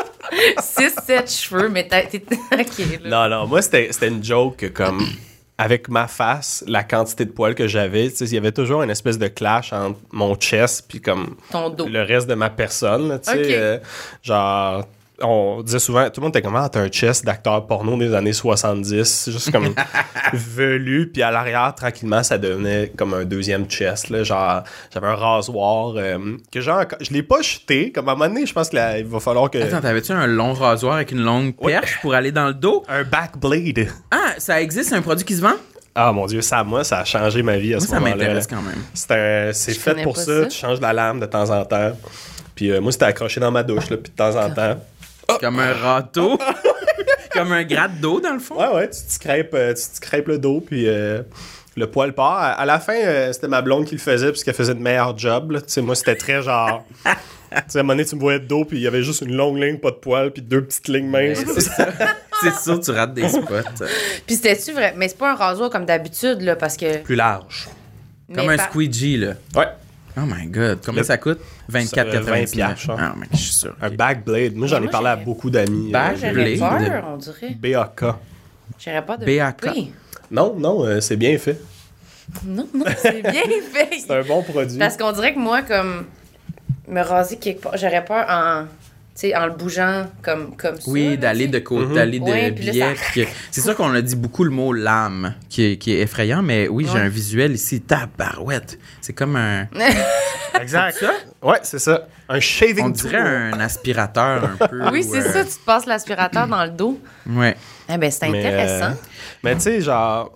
six sept cheveux, mais t'as... t'es- OK, là. Non, non, moi, c'était c'était une joke que, comme, avec ma face, la quantité de poils que j'avais, tu sais, il y avait toujours une espèce de clash entre mon chest puis comme Ton dos. le reste de ma personne, là, tu sais. Ok. euh, genre, on disait souvent, tout le monde était comme, ah, t'as un chest d'acteur porno des années soixante-dix, c'est juste comme velu, puis à l'arrière, tranquillement, ça devenait comme un deuxième chest, là, genre, j'avais un rasoir euh, que genre, je l'ai pas jeté, comme à un moment donné, je pense qu'il va falloir que... Attends, t'avais-tu un long rasoir avec une longue Ouais. perche pour aller dans le dos? Un backblade. Ah, ça existe, c'est un produit qui se vend? Ah mon Dieu, ça, moi, ça a changé ma vie à Moi, ce ça moment-là. m'intéresse quand même. C'est un- c'est Je fait connais pour pas ça. ça. Tu changes la lame de temps en temps. Puis euh, moi, c'était accroché dans ma douche, là, puis de temps en temps. Comme un râteau. Comme un gratte d'eau, dans le fond. Ouais, ouais, tu te crêpes, euh, tu te crêpes le dos, puis euh, le poil part. À, à la fin, euh, c'était ma blonde qui le faisait, puisqu'elle faisait de meilleurs jobs. là. Tu sais, moi, c'était très genre... Tu sais, à un moment donné, tu me voyais de dos, puis il y avait juste une longue ligne, pas de poil, puis deux petites lignes minces. C'est ça. C'est sûr, tu rates des spots. Puis c'était-tu vrai? Mais c'est pas un rasoir comme d'habitude, là, parce que... Plus large. Comme mais un par- squeegee, là. Ouais. Oh my God. Combien Le- ça coûte? vingt-quatre quatre-vingt-dix. vingt piastres, Ah, mais je suis sûr. Un backblade. Moi, j'en ai Moi, parlé à j'ai- beaucoup d'amis. Back- euh, J'aurais Blade. peur, on dirait. B A K. J'aurais pas de... B A K. Oui. Non, non, euh, c'est bien fait. Non, non, c'est bien fait. C'est un bon produit. Parce qu'on dirait que moi, comme... Me raser quelque part... J'aurais peur en... Tu sais, en le bougeant comme, comme ça. Oui, là, d'aller tu sais. de côté, Mhm. d'aller de Ouais, puis là, biais. ça- puis que- C'est sûr qu'on a dit beaucoup le mot lame, qui est, qui est effrayant, mais oui, j'ai Ouais. un visuel ici, tabarouette. C'est comme un... Exact. Ça? Ouais, c'est ça. Un shaving On tool. dirait un aspirateur un peu. Oui, ou, c'est euh, ça, tu te passes l'aspirateur dans le dos. Ouais. Eh ben, c'est Mais, intéressant. euh, mais tu sais, genre,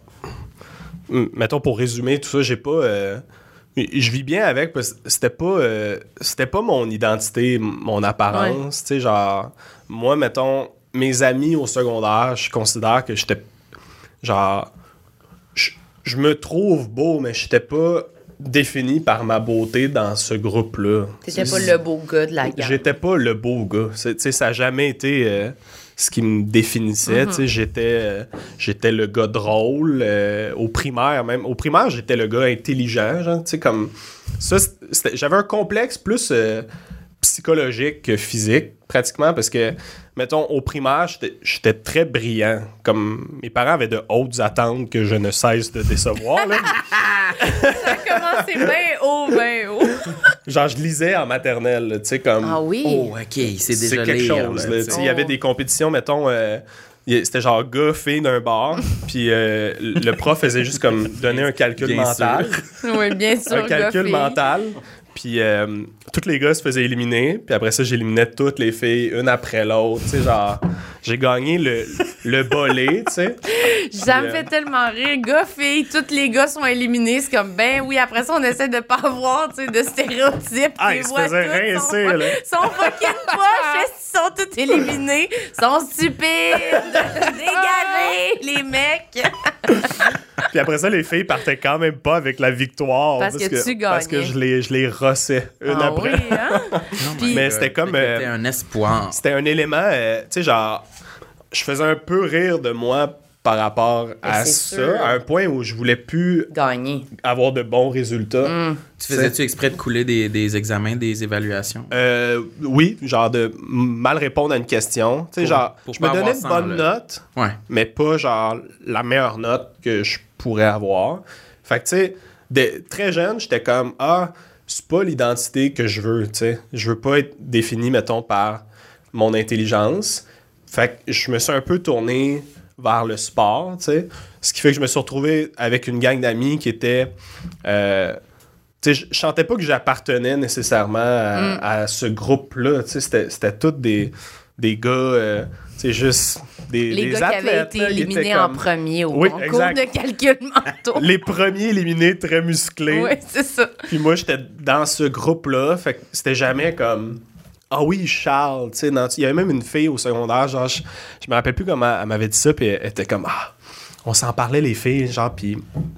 hum, mettons pour résumer tout ça, j'ai pas. euh, je vis bien avec parce que c'était pas, euh, c'était pas mon identité, mon apparence. Tu sais, genre, moi, mettons, mes amis au secondaire, je considère que j'étais. Genre, je, je me trouve beau, mais j'étais pas défini par ma beauté dans ce groupe-là. T'étais pas le beau gars de la gang. J'étais pas le beau gars. C'est- tu sais, ça n'a jamais été euh, ce qui me définissait. Tu sais, J'étais euh, j'étais le gars drôle. euh, au primaire, même. Au primaire, j'étais le gars intelligent. Genre, tu sais, comme ça, c'était- j'avais un complexe plus euh, psychologique que physique, pratiquement, parce que, mettons, au primaire, j'étais- j'étais très brillant. Comme mes parents avaient de hautes attentes que je ne cesse de décevoir. Là. Ça a commencé bien haut, bien haut. Genre, je lisais en maternelle, là, tu sais, comme... Ah oui? Oh, OK, c'est C'est déjà quelque lire, chose. là, là. tu Tu sais. sais, Il y avait des compétitions, mettons, euh, y- c'était genre gars, filles d'un bar, puis euh, le prof faisait juste comme donner un calcul Bien mental. Oui, bien sûr. Un calcul gars-fille. mental. Puis euh, tous les gars se faisaient éliminer. Puis après ça, j'éliminais toutes les filles, une après l'autre. Tu sais, genre, j'ai gagné le, le bolé, tu sais. Ça me euh, fait tellement rire. Gars, filles, tous les gars sont éliminés. C'est comme, ben oui, après ça, on essaie de pas avoir, tu sais, de stéréotypes. Ah, Les ils se voix faisaient toutes sont rincer, fu- là. sont fucking poches. Ils sont tous éliminés. Sont stupides. Dégagés, les mecs. Puis après ça, les filles partaient quand même pas avec la victoire. Parce que tu Parce que gagnais. je les, je les rossais une Ah après. oui, hein? Oh my Mais God. c'était comme, Fait que euh, C'était un espoir. C'était un élément, euh, tu sais, genre, je faisais un peu rire de moi par rapport à c'est ça, sûr. à un point où je voulais plus Gagné. avoir de bons résultats. Mm. Tu faisais-tu exprès de couler des, des examens, des évaluations? Euh, oui, genre de m- mal répondre à une question. Tu sais, Pour- genre, pour je pas me donnais avoir de cent, bonnes là. notes, Ouais. mais pas genre la meilleure note que je pourrais avoir. Fait que, tu sais, de- très jeune, j'étais comme, ah, c'est pas l'identité que je veux, tu sais. Je veux pas être défini, mettons, par mon intelligence. Fait que je me suis un peu tourné vers le sport, tu sais. Ce qui fait que je me suis retrouvé avec une gang d'amis qui étaient... euh, tu sais, je je sentais pas que j'appartenais nécessairement à, à ce groupe-là, tu sais. C'était, c'était tous des, des gars, euh, tu sais, juste des, Les des gars qui avaient athlètes, été là, qui éliminés étaient en comme premier au Oui, concours exact. de calcul mentaux. les premiers éliminés très musclés. Oui, c'est ça. Puis moi, j'étais dans ce groupe-là. Fait que c'était jamais comme... Ah oui, Charles, tu sais. dans- Il y avait même une fille au secondaire, genre, je, je me rappelle plus comment elle m'avait dit ça, puis elle était comme... Ah, on s'en parlait, les filles, genre, puis...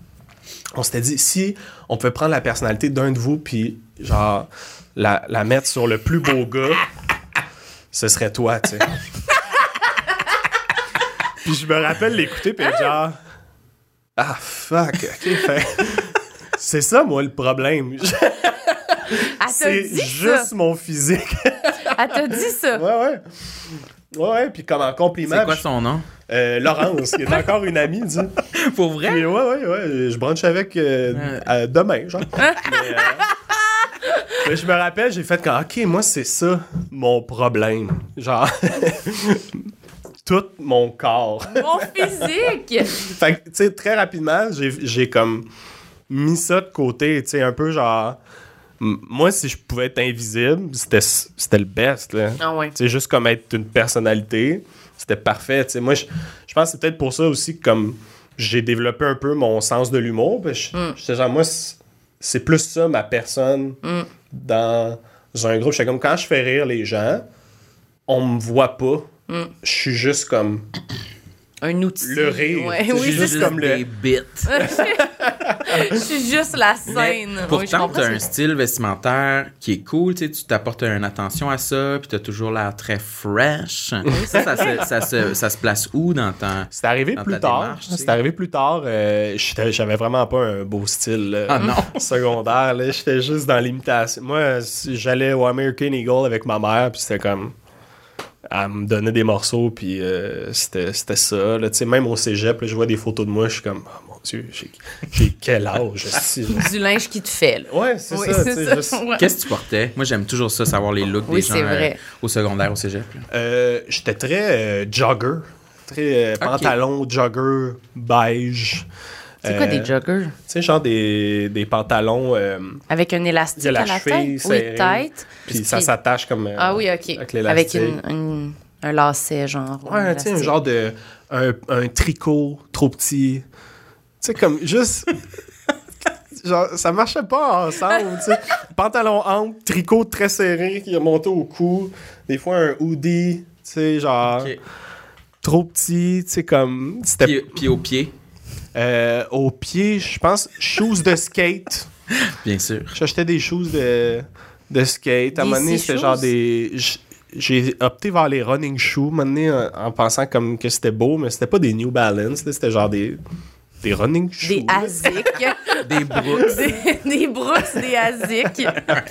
on s'était dit, si on pouvait prendre la personnalité d'un de vous, puis genre, la, la mettre sur le plus beau gars, ce serait toi, tu sais. Puis je me rappelle l'écouter, puis être genre, ah, fuck, ok, fait... C'est ça, moi, le problème. Elle C'est t'a dit juste ça. mon physique. Elle t'a dit ça. Ouais, ouais. Ouais, ouais, puis comme en compliment... C'est quoi je- son nom? Euh, Laurence, qui est encore une amie, dis. Pour vrai? Puis, ouais, ouais, ouais. Je brunch avec euh, Ouais. euh, demain, genre. mais, euh, mais je me rappelle, j'ai fait comme, OK, moi, c'est ça mon problème. Genre, tout mon corps. Mon physique. Fait que, tu sais, très rapidement, j'ai, j'ai comme mis ça de côté, tu sais, un peu genre... m- Moi, si je pouvais être invisible, c'était, c'était le best, là. Ah ouais. Tu sais, juste comme être une personnalité, c'était parfait. Tu sais, moi, je, je pense que c'est peut-être pour ça aussi que comme j'ai développé un peu mon sens de l'humour. Puis je, Mm. j'étais genre, moi, c'est, c'est plus ça, ma personne, Mm. dans un groupe. J'étais comme, quand je fais rire les gens, on me voit pas. Mm. Je suis juste comme Un outil. le rire. Ouais, Tu sais, oui, j'ai c'est juste ça. comme le... des bits. Je suis juste la Mais scène. pourtant, Oui, je comprends t'as un ça. style vestimentaire qui est cool, tu sais, tu t'apportes une attention à ça, puis t'as toujours l'air très fresh. ça, ça, se, ça, se, ça se place où dans ta... C'est arrivé Dans plus ta tard. démarche, tu sais. C'est arrivé plus tard. euh, j'étais- j'avais vraiment pas un beau style là, Ah non. secondaire. Là. J'étais juste dans l'imitation. Moi, si j'allais au American Eagle avec ma mère, puis c'était comme... Elle me donnait des morceaux, puis euh, c'était, c'était ça. Là. Tu sais, même au cégep, là, je vois des photos de moi, je suis comme... Oh mon Dieu, j'ai, j'ai quel âge? esti, là. Du linge qui te fait, là. Ouais, c'est Oui, ça. c'est tu sais, ça. juste- Ouais. Qu'est-ce que tu portais? Moi, j'aime toujours ça, savoir les looks Oui, des gens c'est vrai. euh, au secondaire, au cégep. là. Euh, j'étais très euh, jogger. Très euh, Ok. pantalon, jogger, beige. C'est quoi Euh, des joggers? Tu sais, genre des, des pantalons... euh, Avec un élastique Il y a la à la cheville tête? Oui, serrée. tête. Puis ça Puis- s'attache comme... euh, Ah oui, OK. avec Avec, l'élastique. une, une- un lacet, genre. Ouais, un tu sais, un élastique. genre de... Un, un tricot trop petit. Tu sais, comme juste... genre, ça marchait pas ensemble, tu sais. Pantalon ample, tricot très serré qui est monté au cou. Des fois, un hoodie, tu sais, genre... Ok. Trop petit, tu sais, comme... C'était... Puis, puis au pied, Euh, au pied, je pense, shoes de skate. bien sûr. J'achetais des shoes de, de skate. À un Des moment donné, six c'était shoes? genre des... j- J'ai opté vers les running shoes, un moment donné, en, en pensant comme que c'était beau, mais c'était pas des New Balance, là, c'était genre des, des running shoes. Des là. Asics. Des Brooks. des, des Brooks, des Asics.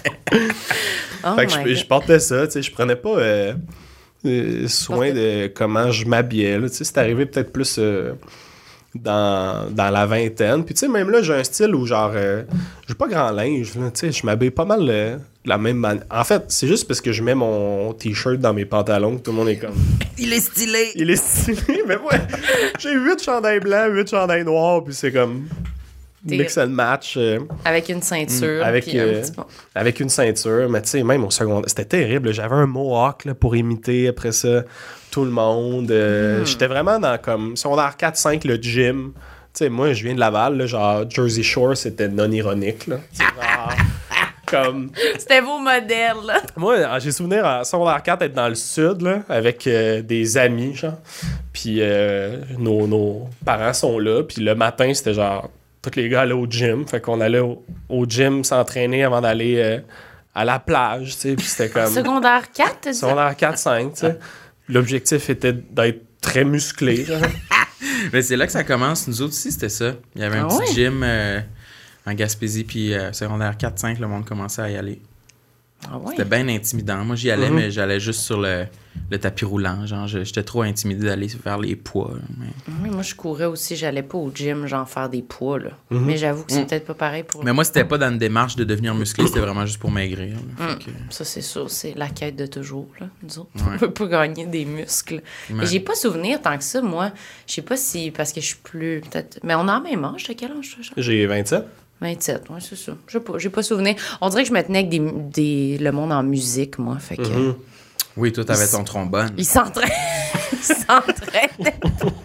Oh Fait que my je, je God. portais ça, tu sais, je prenais pas euh, euh, soin de comment je m'habillais, là, tu sais, c'est arrivé peut-être plus... euh, dans, dans la vingtaine. Puis tu sais, même là, j'ai un style où genre, euh, j'ai pas grand linge, là, tu sais, je m'habille pas mal euh, de la même manière. En fait, c'est juste parce que je mets mon t-shirt dans mes pantalons que tout le monde est comme... Il est stylé. Il est stylé, mais ouais, j'ai huit chandails blancs, huit chandails noirs, puis c'est comme... T'es- Mix and match euh, Avec une ceinture. avec, puis un euh, petit bon. avec une ceinture. Mais tu sais, même au secondaire, c'était terrible. J'avais un mohawk là, pour imiter après ça tout le monde. Euh, Hmm. J'étais vraiment dans comme secondaire quatre cinq, le gym. Tu sais, moi, je viens de Laval, là, genre Jersey Shore, c'était non ironique. Là. Tu sais, genre, comme... C'était vos modèles, là. Moi, j'ai souvenir en secondaire quatre être dans le sud là, avec euh, des amis, genre. Puis euh, nos, nos parents sont là. Puis le matin, c'était genre tous les gars allaient au gym. Fait qu'on allait au, au gym s'entraîner avant d'aller euh, à la plage, tu sais. Puis c'était comme Secondaire quatre, t'as dit? secondaire quatre cinq, tu sais. L'objectif était d'être très musclé, genre. Mais c'est là que ça commence. Nous autres aussi, c'était ça. Il y avait un Ah petit ouais? gym euh, en Gaspésie, puis euh, secondaire quatre cinq, le monde commençait à y aller. Ah ouais? C'était bien intimidant. Moi, j'y allais, Mhm. mais j'allais juste sur le, le tapis roulant. Genre, je- j'étais trop intimidé d'aller vers les poids. là, mais... Oui, moi, je courais aussi. J'allais pas au gym, genre faire des poids, là. Mhm. Mais j'avoue que c'est Mm. peut-être pas pareil pour mais moi, c'était pas dans une démarche de devenir musclé, c'était vraiment juste pour maigrir. là. Fait que- Ça, c'est sûr. C'est la quête de toujours, là. Nous autres, Ouais. on veut pas gagner des muscles. Ouais. Mais j'ai pas souvenir tant que ça, moi. Je sais pas si... Parce que je suis plus... Peut-être... Mais on a le même âge. T'as quel âge, toi, Charles? J'ai vingt-sept. vingt-sept, oui, c'est ça. J'ai pas, j'ai pas souvenir. On dirait que je me tenais avec des, des, le monde en musique, moi. Fait que... Mhm. Oui, toi, t'avais ton trombone. Ils s'entraînent. Ils s'entraînent.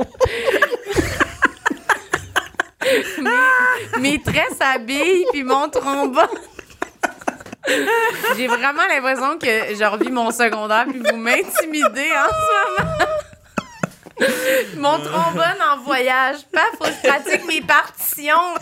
mes, mes tresses s'habillent, puis mon trombone. J'ai vraiment l'impression que je revis mon secondaire, puis vous m'intimidez en ce moment. Mon trombone en voyage. Paf, faut que je pratique mes partitions.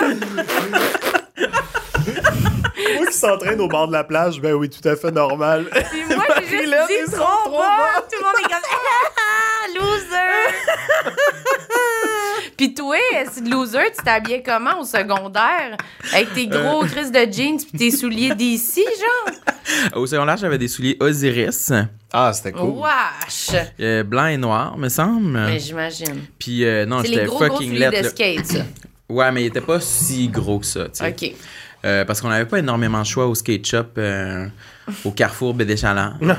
Moi qui s'entraîne au bord de la plage, ben oui, tout à fait normal. Puis moi, j'ai juste dit trombone. Tout le monde est comme ah, loser. Puis toi, c'est de loser, tu t'habillais comment au secondaire? Avec tes gros crises de jeans puis tes souliers d'ici, genre? Au secondaire, j'avais des souliers Osiris. Ah, c'était cool. Wesh! Euh, blanc et noir, me semble. Mais j'imagine. Puis euh, non, C'est les j'étais gros, gros fucking souliers lettre. de skate, ça. Ouais, mais il était pas si gros que ça, tu sais. OK. Euh, parce qu'on n'avait pas énormément de choix au skate shop euh, au Carrefour Bédéchaland. Euh,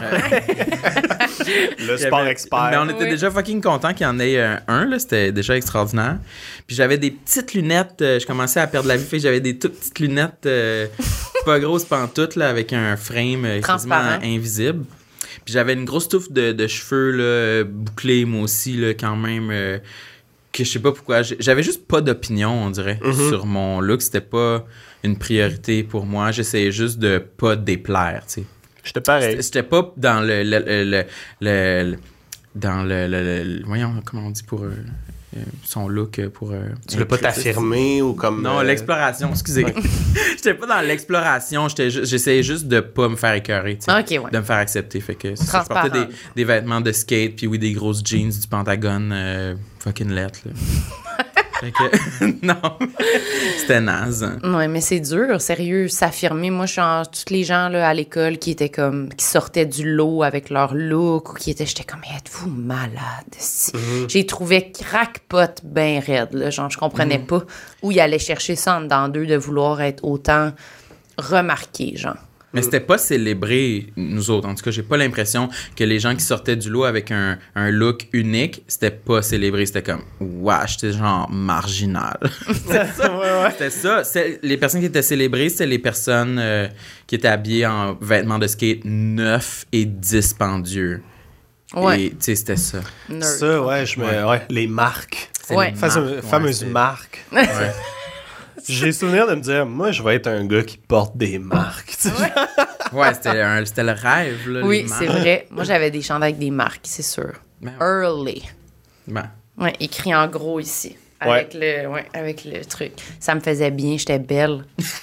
Le sport avait- expert. Mais on était Oui. déjà fucking contents qu'il y en ait euh, un, là. C'était déjà extraordinaire. Puis j'avais des petites lunettes. euh, je commençais à perdre la vue. Fait que j'avais des toutes petites lunettes euh, pas grosses pantoutes, là, avec un frame euh, quasiment Transparent. invisible. Puis j'avais une grosse touffe de, de cheveux là, bouclés, moi aussi, là, quand même. euh, que je sais pas pourquoi. J'ai- J'avais juste pas d'opinion, on dirait, Mm-hmm. sur mon look. C'était pas une priorité pour moi. J'essayais juste de pas déplaire, tu sais. J'étais pareil. C'était- J'étais pas dans le... le, le, le, le- le- dans le, le, le- le- Voyons, comment on dit pour... euh, euh, son look euh, pour... euh, Tu voulais pas t'affirmer ou comme... Non, euh, l'exploration, excusez. J'étais pas dans l'exploration, j'étais ju- j'essayais juste de pas me faire écœurer, tu sais. OK, ouais. De me faire accepter. Fait que c'est ça, je Transparent. portais des, des vêtements de skate, puis oui, des grosses jeans du Pentagone, euh, fucking lettres, là. Fait que, non, c'était naze. Ouais, mais c'est dur, sérieux, s'affirmer. Moi, je suis en... Tous les gens là, à l'école qui étaient comme... qui sortaient du lot avec leur look ou qui étaient... J'étais comme, mais êtes-vous malade? esti? J'ai trouvé crackpot bien raide, là. Genre, je comprenais pas où ils allaient chercher ça en dedans d'eux de vouloir être autant remarqué, genre. Mais c'était pas célébré, nous autres. En tout cas, j'ai pas l'impression que les gens qui sortaient du lot avec un, un look unique, c'était pas célébré. C'était comme, wesh, c'était genre marginal. C'était ça. C'était ça. C'est- les personnes qui étaient célébrées, c'était les personnes euh, qui étaient habillées en vêtements de skate neufs et dispendieux. Ouais. Et, tu sais, c'était ça. Nerd. Ça, ouais, je me... Ouais. Ouais, les marques. C'est Ouais. les Fais- marques, ouais, fameuses c'est- marques. Ouais. J'ai souvenir de me dire, moi, je vais être un gars qui porte des marques. tu sais. Ouais, c'était, un- c'était le rêve, là. Oui, les c'est marques. vrai. Moi, j'avais des chandails avec des marques, c'est sûr. Ben ouais. Early. Ben, Ouais, écrit en gros ici. Avec, le, ouais, avec le truc. Ça me faisait bien, j'étais belle.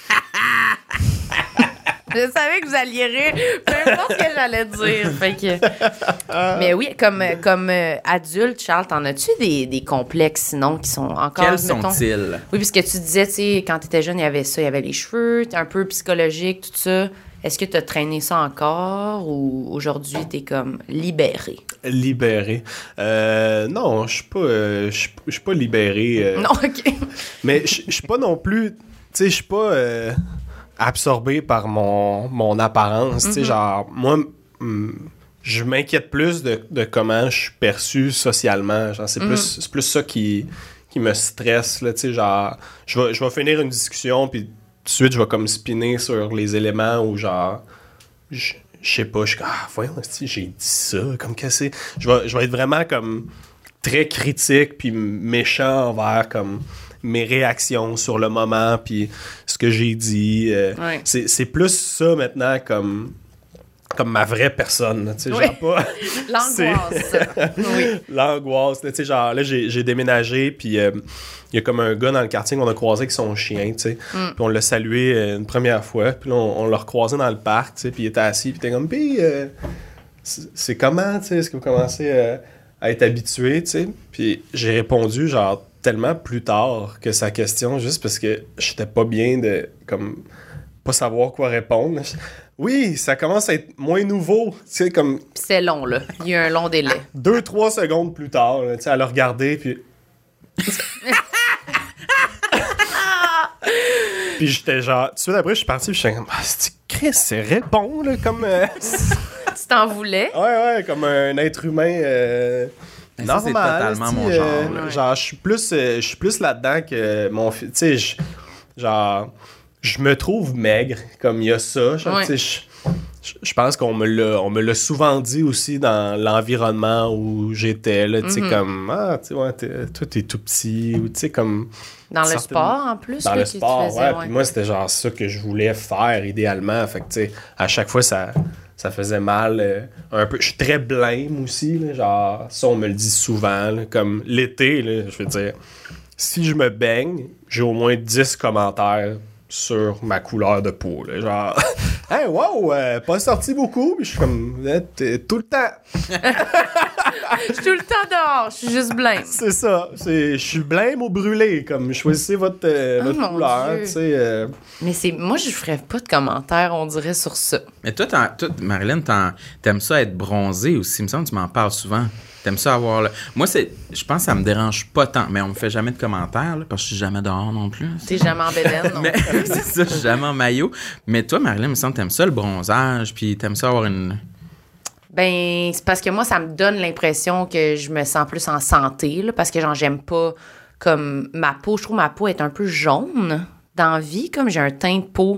Je savais que vous alliez rire. Peu importe ce que j'allais dire. Fait que... Mais oui, comme, comme euh, adulte, Charles, t'en as-tu des, des complexes sinon qui sont encore. quels mettons- sont-ils? Oui, puisque tu disais, tu sais, quand t'étais jeune, il y avait ça, il y avait les cheveux, t'es un peu psychologique, tout ça. Est-ce que t'as traîné ça encore ou aujourd'hui t'es comme libéré? Libéré. Euh, non, je suis pas, euh, je suis- je suis pas libéré. euh, Non, OK. Mais je je suis pas non plus, tu sais, je suis pas euh, absorbé par mon, mon apparence. Tu sais, genre, moi, hum, je m'inquiète plus de, de comment je suis perçu socialement. Genre, c'est plus, c'est plus ça qui, qui me stresse, là, tu sais, genre, je vais, je vais finir une discussion, puis tout de suite, je vais comme spinner sur les éléments où, genre, je je sais pas, je suis comme, ah, voyons, si j'ai dit ça, comme que c'est... Je vais, je vais être vraiment comme très critique puis méchant envers comme mes réactions sur le moment puis ce que j'ai dit. euh, Ouais. c'est, c'est plus ça maintenant comme, comme ma vraie personne, là, tu sais, Oui. genre pas... L'angoisse. Oui. L'angoisse, là, tu sais, genre là, j'ai, j'ai déménagé, puis euh, il y a comme un gars dans le quartier qu'on a croisé avec son chien, tu sais, Mm. puis on l'a salué euh, une première fois, puis là, on, on l'a recroisé dans le parc, tu sais, puis il était assis, puis il était comme, puis euh, c'est, c'est comment, tu sais, est-ce que vous commencez euh, à être habitué, tu sais, puis j'ai répondu, genre, tellement plus tard que sa question, juste parce que j'étais pas bien de, comme, pas savoir quoi répondre. Oui, ça commence à être moins nouveau, tu sais, comme... Puis c'est long, là. Il y a un long délai. Deux, trois secondes plus tard, là, tu sais, elle a regardé, puis... puis j'étais genre... Tout de suite après, je suis parti, puis j'étais comme... Ah, c'est Chris, c'est répond, là, comme... euh, Tu t'en voulais? Ouais, ouais, comme un être humain... euh, Mais ça, c'est normal, totalement esti, mon euh, genre, là. Genre, je suis plus, euh, je suis plus là-dedans que mon fils. Tu sais, je- genre, je me trouve maigre, comme il y a ça. Genre, Ouais. tu sais, je- je je pense qu'on me l'a on me l'a souvent dit aussi dans l'environnement où j'étais, là, tu sais, Mhm. comme, ah, tu sais, ouais, t'es- toi, t'es tout petit, ou tu sais, comme... Dans le certaines- sport, en plus? Dans là, le que tu sport, faisais, ouais. ouais. Puis moi, c'était genre ça que je voulais faire, idéalement. Fait que, tu sais, à chaque fois, ça, ça faisait mal euh, un peu. Je suis très blême aussi, là, genre, ça, on me le dit souvent, là, comme l'été, là, je veux dire, si je me baigne, j'ai au moins dix commentaires sur ma couleur de peau, là, genre, « Hey, wow, euh, pas sorti beaucoup, puis je suis comme, eh, tout le temps. » Je suis tout le temps dehors, je suis juste blême. C'est ça, c'est, je suis blême ou brûlé, comme, choisissez votre, euh, Oh, votre mon couleur, Dieu. tu sais. Euh... Mais c'est moi, je ferais pas de commentaires, on dirait, sur ça. Mais toi, t'en- toi Marilyn, t'en- t'aimes ça être bronzée aussi. Il me semble que tu m'en parles souvent. T'aimes ça avoir... Le... Moi, c'est, je pense que ça me dérange pas tant. Mais on me fait jamais de commentaires, là, parce que je suis jamais dehors non plus. T'es jamais en bédaine, non? Mais c'est ça, je suis jamais en maillot. Mais toi, Marilyn, il me semble que t'aimes ça le bronzage, puis t'aimes ça avoir une... Ben, c'est parce que moi, ça me donne l'impression que je me sens plus en santé, là, parce que genre, j'aime pas comme ma peau. Je trouve ma peau est un peu jaune dans la vie, comme j'ai un teint de peau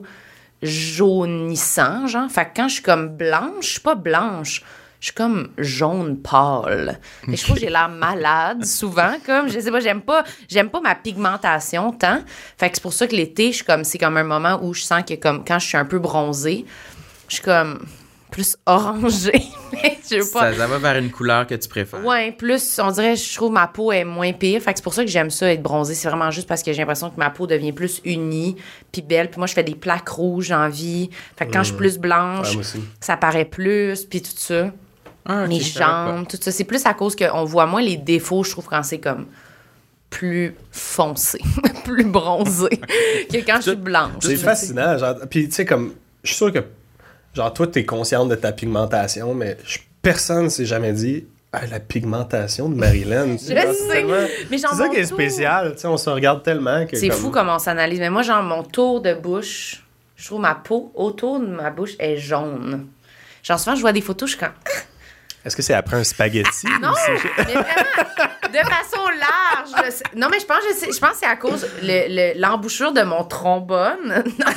jaunissant, genre. Fait que quand je suis comme blanche, je suis pas blanche. Je suis comme jaune pâle. Fait que je trouve que j'ai l'air malade souvent, comme, je sais pas, j'aime pas, j'aime pas ma pigmentation tant. Fait que c'est pour ça que l'été, je suis comme, c'est comme un moment où je sens que comme, quand je suis un peu bronzée, je suis comme plus orangée. Je veux pas. Ça, ça va vers une couleur que tu préfères. Ouais, plus, on dirait, je trouve ma peau est moins pire. Fait que c'est pour ça que j'aime ça, être bronzée. C'est vraiment juste parce que j'ai l'impression que ma peau devient plus unie, puis belle. Puis moi, je fais des plaques rouges en vie. Fait que quand je suis plus blanche, Ouais, moi aussi. ça paraît plus, puis tout ça. Ah, ok, Mes je savais pas. jambes, tout ça. C'est plus à cause qu'on voit moins les défauts, je trouve, quand c'est comme plus foncé, plus bronzé que quand je suis blanche. C'est fascinant, genre, puis tu sais, comme, je suis sûr que, genre, toi, t'es consciente de ta pigmentation, mais je- personne s'est jamais dit, ah, la pigmentation de Marilyn. Je sais, mais genre C'est ça mon qui est tour- spécial, tu sais, on se regarde tellement que. C'est comme- fou comment on s'analyse. Mais moi, genre, mon tour de bouche, je trouve ma peau autour de ma bouche est jaune. Genre, souvent, je vois des photos, je suis comme... Est-ce que c'est après un spaghetti? Non, ou c'est- mais vraiment, de façon large. je- Non, mais je pense, je sais- je pense que c'est à cause le, le- l'embouchure de mon trombone. Non.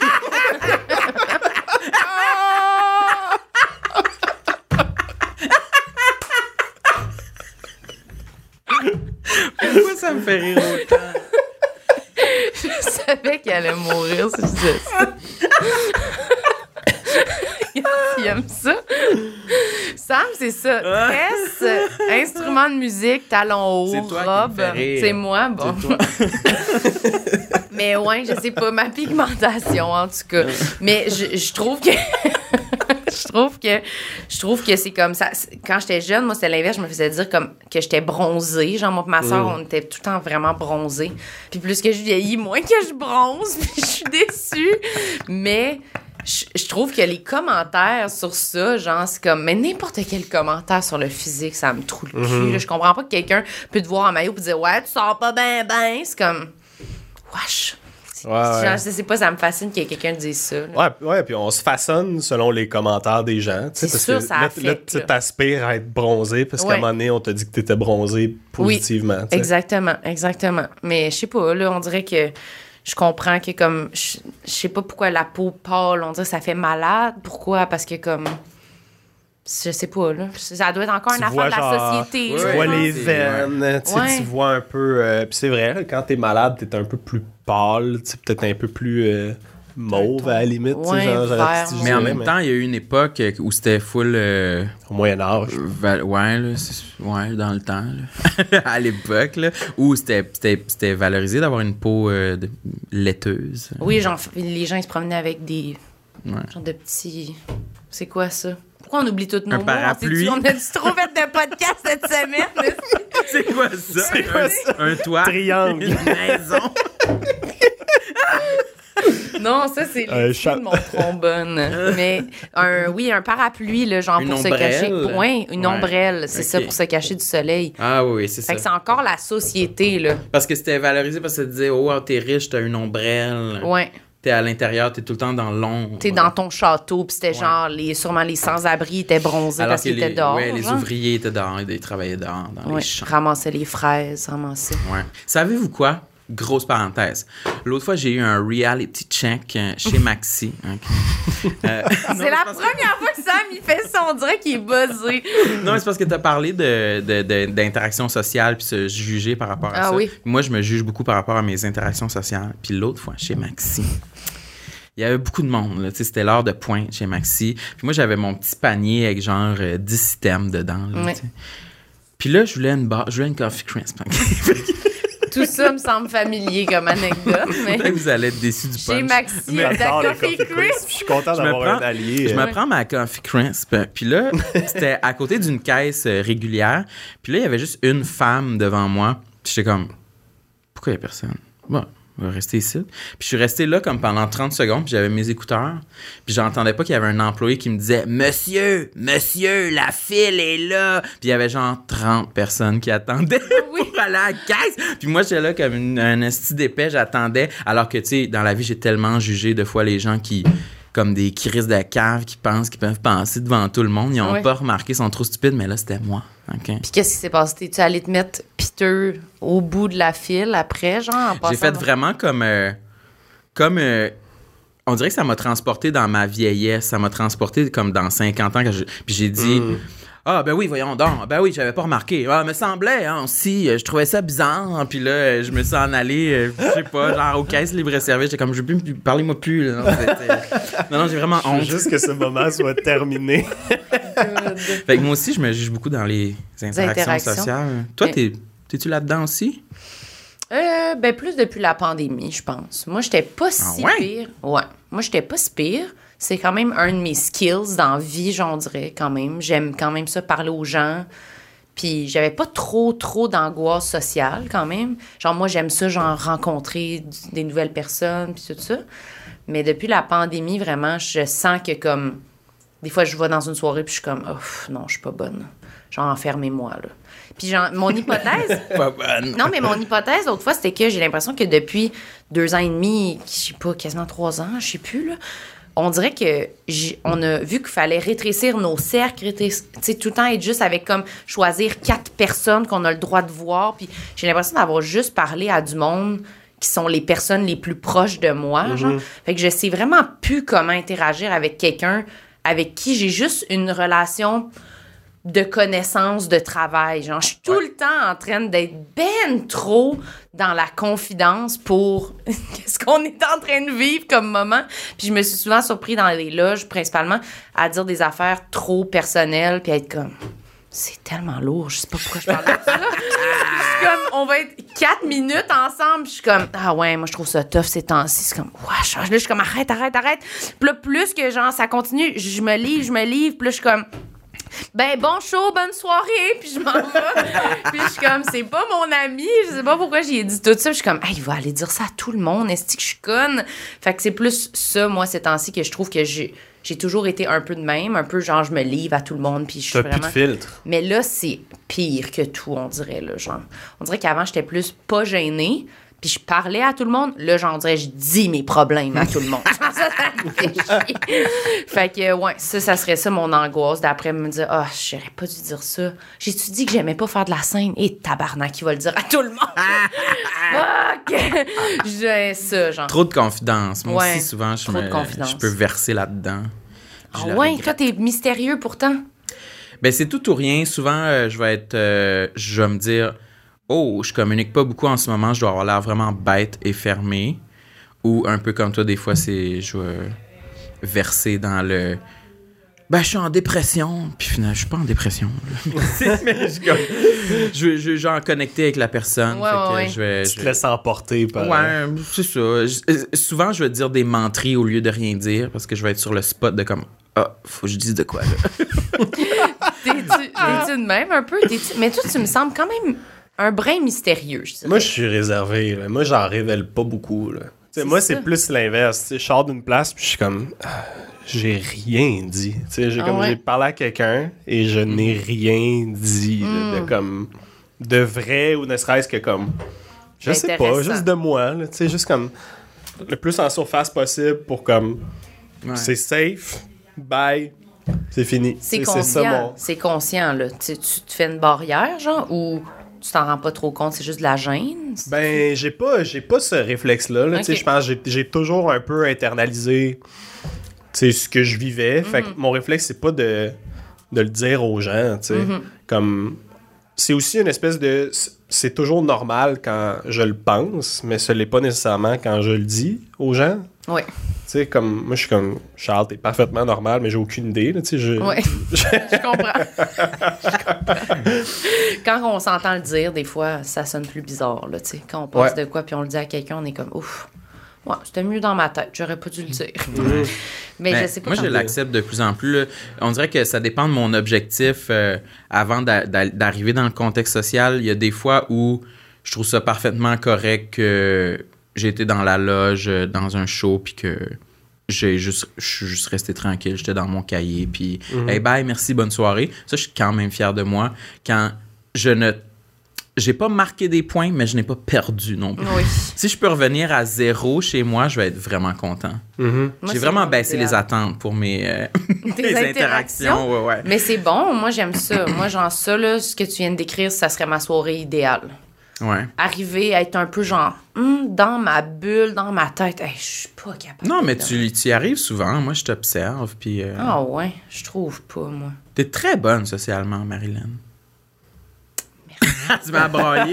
Pourquoi ça me fait rire autant? Je savais qu'elle allait mourir si je disais ça. Il aime ça. Sam, c'est ça. Tresse, instrument de musique, talons hauts, C'est toi qui me robe. fais rire. C'est moi, bon. C'est toi. Mais ouais, je sais pas, ma pigmentation, en tout cas. Mais je, je trouve que... je trouve que je trouve que c'est comme ça. Quand j'étais jeune, moi, c'était l'inverse. Je me faisais dire comme que j'étais bronzée. Genre, moi et ma soeur, on était tout le temps vraiment bronzés. Puis plus que je vieillis, moins que je bronze. Puis je suis déçue. Mais... Je, je trouve que les commentaires sur ça, genre, c'est comme, mais n'importe quel commentaire sur le physique, ça me trouve le cul. Mm-hmm. là. Je comprends pas que quelqu'un peut te voir en maillot et dire, ouais, tu sors pas ben, ben. C'est comme, wesh. Ouais, ouais. Genre, je sais pas, ça me fascine que quelqu'un dise ça. là. Ouais, ouais, puis on se façonne selon les commentaires des gens. tu sais, C'est parce sûr, que ça là, affecte, là, tu là. t'aspires à être bronzé parce qu'à Ouais. un moment donné, on t'a dit que t'étais bronzé positivement. tu sais. Exactement, exactement. Mais je sais pas, là, on dirait que je comprends que comme, je je sais pas pourquoi la peau pâle, on dirait que ça fait malade. Pourquoi? Parce que comme, je sais pas, là. Ça doit être encore Tu une affaire vois, de la genre, société. Tu je Ouais, vois pense. les c'est- veines, tu sais, Ouais. tu vois un peu. euh, puis c'est vrai, là, quand t'es malade, t'es un peu plus pâle, tu sais, peut-être un peu plus euh, mauve à la limite. tu sais, Ouais, genre, j'aurais vert, petit ouais. Mais en gilet, même temps, il y a eu une époque où c'était full... euh, Au Moyen-Âge. val- ouais, là, c'est- ouais, dans le temps, là. À l'époque, là, où c'était, c'était, c'était valorisé d'avoir une peau euh, de- laiteuse. Oui, genre, les gens, ils se promenaient avec des Ouais. genre de petits... C'est quoi ça? Pourquoi on oublie toutes nos Un mots? parapluie. On, s'est-tu- on a-tu trop fait de podcast cette semaine? C'est quoi ça? C'est quoi un, ça? Un toit. Triangle. Une maison. Non, ça, c'est Un les chat. de mon trombone. Mais, un, oui, un parapluie, là, genre Une pour ombrelle. se cacher. Oui, une Ouais. ombrelle, c'est Ok. ça, pour se cacher du soleil. Ah oui, c'est Fait ça. que c'est encore la société, là. Parce que c'était valorisé parce que ça disait, oh, t'es riche, t'as une ombrelle. Ouais. T'es à l'intérieur, t'es tout le temps dans l'ombre. T'es dans ton château, puis c'était Ouais. genre, les, sûrement les sans-abri étaient bronzés Alors parce que qu'ils les, étaient dehors. ouais, les genre. ouvriers étaient dehors, ils travaillaient dehors, dans Ouais, les champs. ramassaient les fraises, ramassaient. Ouais. Savez-vous quoi? Grosse parenthèse. L'autre fois, j'ai eu un reality check euh, chez Maxi. ok. Euh, C'est la première fois que Sam, il fait ça, on dirait qu'il est buzzé. non, mais c'est parce que tu as parlé de, de, de- d'interaction sociale puis se juger par rapport à Ah ça. oui. Moi, je me juge beaucoup par rapport à mes interactions sociales. Puis l'autre fois, chez Maxi, il il y avait beaucoup de monde, là. Tu sais, c'était l'heure de pointe chez Maxi. Puis moi, j'avais mon petit panier avec genre euh, dix items dedans, là, ouais. tu sais. Puis là, je voulais une bar... je voulais une coffee crisp. Tout ça me semble familier comme anecdote, mais... Peut-être que vous allez être déçus du punch. Chez Maxi, ta J'adore les coffee Coffee crisp. Je suis content Je me d'avoir prends- un allié. Je euh. me prends ma coffee crisp. Puis là, c'était à côté d'une caisse euh, régulière. Puis là, il y avait juste une femme devant moi. Puis j'étais comme, pourquoi il n'y a personne? Bon, on va rester ici. Puis je suis resté là comme pendant trente secondes. Puis j'avais mes écouteurs. Puis j'entendais pas qu'il y avait un employé qui me disait, Monsieur, monsieur, la file est là. Puis il y avait genre trente personnes qui attendaient Oui. pour aller à la caisse. Puis moi, j'étais là comme une, un esti d'épais. J'attendais. Alors que, tu sais, dans la vie, j'ai tellement jugé de fois les gens qui... comme des crises de cave qui pensent qu'ils peuvent penser devant tout le monde. Ils n'ont Ouais. pas remarqué, ils sont trop stupides, mais là, c'était moi. Okay. Puis qu'est-ce qui s'est passé? T'es-tu allé te mettre piteux au bout de la file après, genre, en passant? J'ai fait dans- vraiment comme... euh, comme euh, on dirait que ça m'a transporté dans ma vieillesse. Ça m'a transporté comme dans cinquante ans. Que je, puis j'ai dit... Mm. Ah, ben oui, voyons donc. Ben oui, j'avais pas remarqué. Ah, me semblait, hein, aussi. euh, Je trouvais ça bizarre. Puis là, euh, je me suis en allé, euh, je sais pas, genre aux caisses libre-service. J'étais comme, je veux plus, parlez-moi plus. Là. Non, c'était- non, non, j'ai vraiment Je veux honte. juste que ce moment soit terminé. Fait que moi aussi, je me juge beaucoup dans les interactions, interactions. sociales. Toi, Mais- t'es, t'es-tu là-dedans aussi? Euh, ben, plus depuis la pandémie, je pense. Moi, j'étais pas si ouais? pire. Ouais. Moi, j'étais pas si pire. C'est quand même un de mes skills dans la vie, j'en dirais, quand même. J'aime quand même ça, parler aux gens. Puis j'avais pas trop, trop d'angoisse sociale, quand même. Genre, moi, j'aime ça, genre, rencontrer d- des nouvelles personnes, puis tout ça. Mais depuis la pandémie, vraiment, je sens que, comme... Des fois, je vais dans une soirée, puis je suis comme, oh, non, je suis pas bonne. Genre, enfermez-moi, là. Puis, genre, mon hypothèse... Pas bonne. Non, mais mon hypothèse, l'autre fois, c'était que j'ai l'impression que depuis deux ans et demi, je sais pas, quasiment trois ans, je sais plus, là, on dirait que j'ai- on a vu qu'il fallait rétrécir nos cercles, rétrécir, tu sais, tout le temps être juste avec comme choisir quatre personnes qu'on a le droit de voir. Puis j'ai l'impression d'avoir juste parlé à du monde qui sont les personnes les plus proches de moi, genre. Fait que je sais vraiment plus comment interagir avec quelqu'un avec qui j'ai juste une relation de connaissance, de travail. Genre, je suis tout le temps en train d'être ben trop dans la confidence pour qu'est-ce qu'on est en train de vivre comme moment. Puis je me suis souvent surpris dans les loges, principalement, à dire des affaires trop personnelles, puis être comme... C'est tellement lourd, je sais pas pourquoi je parle de ça. Je suis comme, on va être quatre minutes ensemble, puis je suis comme, ah ouais, moi je trouve ça tough ces temps-ci. C'est comme, wesh, là je suis comme, arrête, arrête, arrête. Puis là, plus que genre, ça continue, je me livre, je me livre, puis là je suis comme... Ben, bon show, bonne soirée, puis je m'en vais. Puis je suis comme, c'est pas mon ami, je sais pas pourquoi j'y ai dit tout ça. Puis je suis comme, hey, il va aller dire ça à tout le monde, est-ce que je suis conne? Fait que c'est plus ça, moi, ces temps-ci, que je trouve que j'ai, j'ai toujours été un peu de même, un peu genre, je me livre à tout le monde, puis je suis T'as plus vraiment... de filtre. Mais là, c'est pire que tout, on dirait, là, genre. On dirait qu'avant, j'étais plus pas gênée, puis je parlais à tout le monde. Là, j'en dirais, je dis mes problèmes à tout le monde. ça, ça me fait chier. Fait que, ouais, ça, ça serait ça mon angoisse, d'après me dire, ah, oh, j'aurais pas dû dire ça. J'ai-tu dit que j'aimais pas faire de la scène? Et tabarnak, qui va le dire à tout le monde. Fuck! J'ai ça, genre. Trop de confidence. Moi Ouais, aussi, souvent, je, trop de me, confidence. je peux verser là-dedans. Je Ah le ouais, regrette. toi, t'es mystérieux pourtant. Ben, c'est tout ou rien. Souvent, euh, je vais être... euh, je vais me dire... Oh, je communique pas beaucoup en ce moment. Je dois avoir l'air vraiment bête et fermé. Ou un peu comme toi, des fois, c'est... Je vais verser dans le... Ben, je suis en dépression. Puis finalement, je suis pas en dépression. Mais je, comme- je, veux- je veux genre connecter avec la personne. Ouais, Fait que ouais, ouais. je vais... Tu je te vais- laisses emporter par... Ouais, c'est ça. Je- euh, souvent, je vais dire des menteries au lieu de rien dire parce que je vais être sur le spot de comme ah, faut que je dise de quoi là. T'es-tu, t'es-tu de même un peu? T'es-tu- Mais toi, tu me sembles quand même un brin mystérieux, je dirais. Moi, je suis réservé. Là. Moi, j'en révèle pas beaucoup. Là. C'est Moi, ça. c'est plus l'inverse. T'sais, je sors d'une place puis je suis comme... Ah, j'ai rien dit. T'sais, j'ai, Ah comme, ouais? j'ai parlé à quelqu'un et je n'ai rien dit. là, Mm. de, comme, de vrai ou ne serait-ce que comme... Je sais pas, Intéressant. juste de moi. Là, t'sais, juste comme... Le plus en surface possible pour comme... Ouais. C'est safe. Bye. C'est fini. C'est T'sais, conscient. ça, mon... C'est conscient, là. Tu, tu te fais une barrière, genre, ou tu t'en rends pas trop compte, c'est juste de la gêne? Ben, j'ai pas, j'ai pas ce réflexe-là. Là. Ok. Tu sais, je pense que j'ai, j'ai toujours un peu internalisé tu sais, ce que je vivais. Fait que mon réflexe, c'est pas de, de le dire aux gens. Tu sais. Comme, c'est aussi une espèce de... c'est toujours normal quand je le pense, mais ce l'est pas nécessairement quand je le dis aux gens. Oui. Tu sais, comme, moi, je suis comme, Charles, t'es parfaitement normal, mais j'ai aucune idée, là, tu sais, je... Oui, je comprends. Je comprends. Quand on s'entend le dire, des fois, ça sonne plus bizarre, là, tu sais. Quand on pense Ouais. de quoi, puis on le dit à quelqu'un, on est comme, ouf, ouais, c'était mieux dans ma tête, j'aurais pas dû le dire. Mais Ben, je sais pas moi, je comment- l'accepte de plus en plus. Là. On dirait que ça dépend de mon objectif euh, avant d'a- d'a- d'arriver dans le contexte social. Il y a des fois où je trouve ça parfaitement correct que j'ai été dans la loge, euh, dans un show, puis que j'ai juste, je suis juste resté tranquille. J'étais dans mon cahier, puis Mhm. hey, bye, merci, bonne soirée. Ça, je suis quand même fier de moi. Quand je ne... J'ai pas marqué des points, mais je n'ai pas perdu non plus. Oui. Si je peux revenir à zéro chez moi, je vais être vraiment content. Mhm. Moi, J'ai c'est vraiment mon baissé idéal. les attentes pour mes, euh, Tes mes interactions. interactions. Ouais, ouais. Mais c'est bon, moi, j'aime ça. Moi, genre, ça, là, ce que tu viens de décrire, ça serait ma soirée idéale. Ouais. Arriver à être un peu genre, hum, dans ma bulle, dans ma tête, hey, je suis pas capable. Non, mais de- tu, tu y arrives souvent. Moi, je t'observe. Puis, euh, Ah ouais, je trouve pas, moi. t'es très bonne socialement, Marilyn. tu m'as broyé.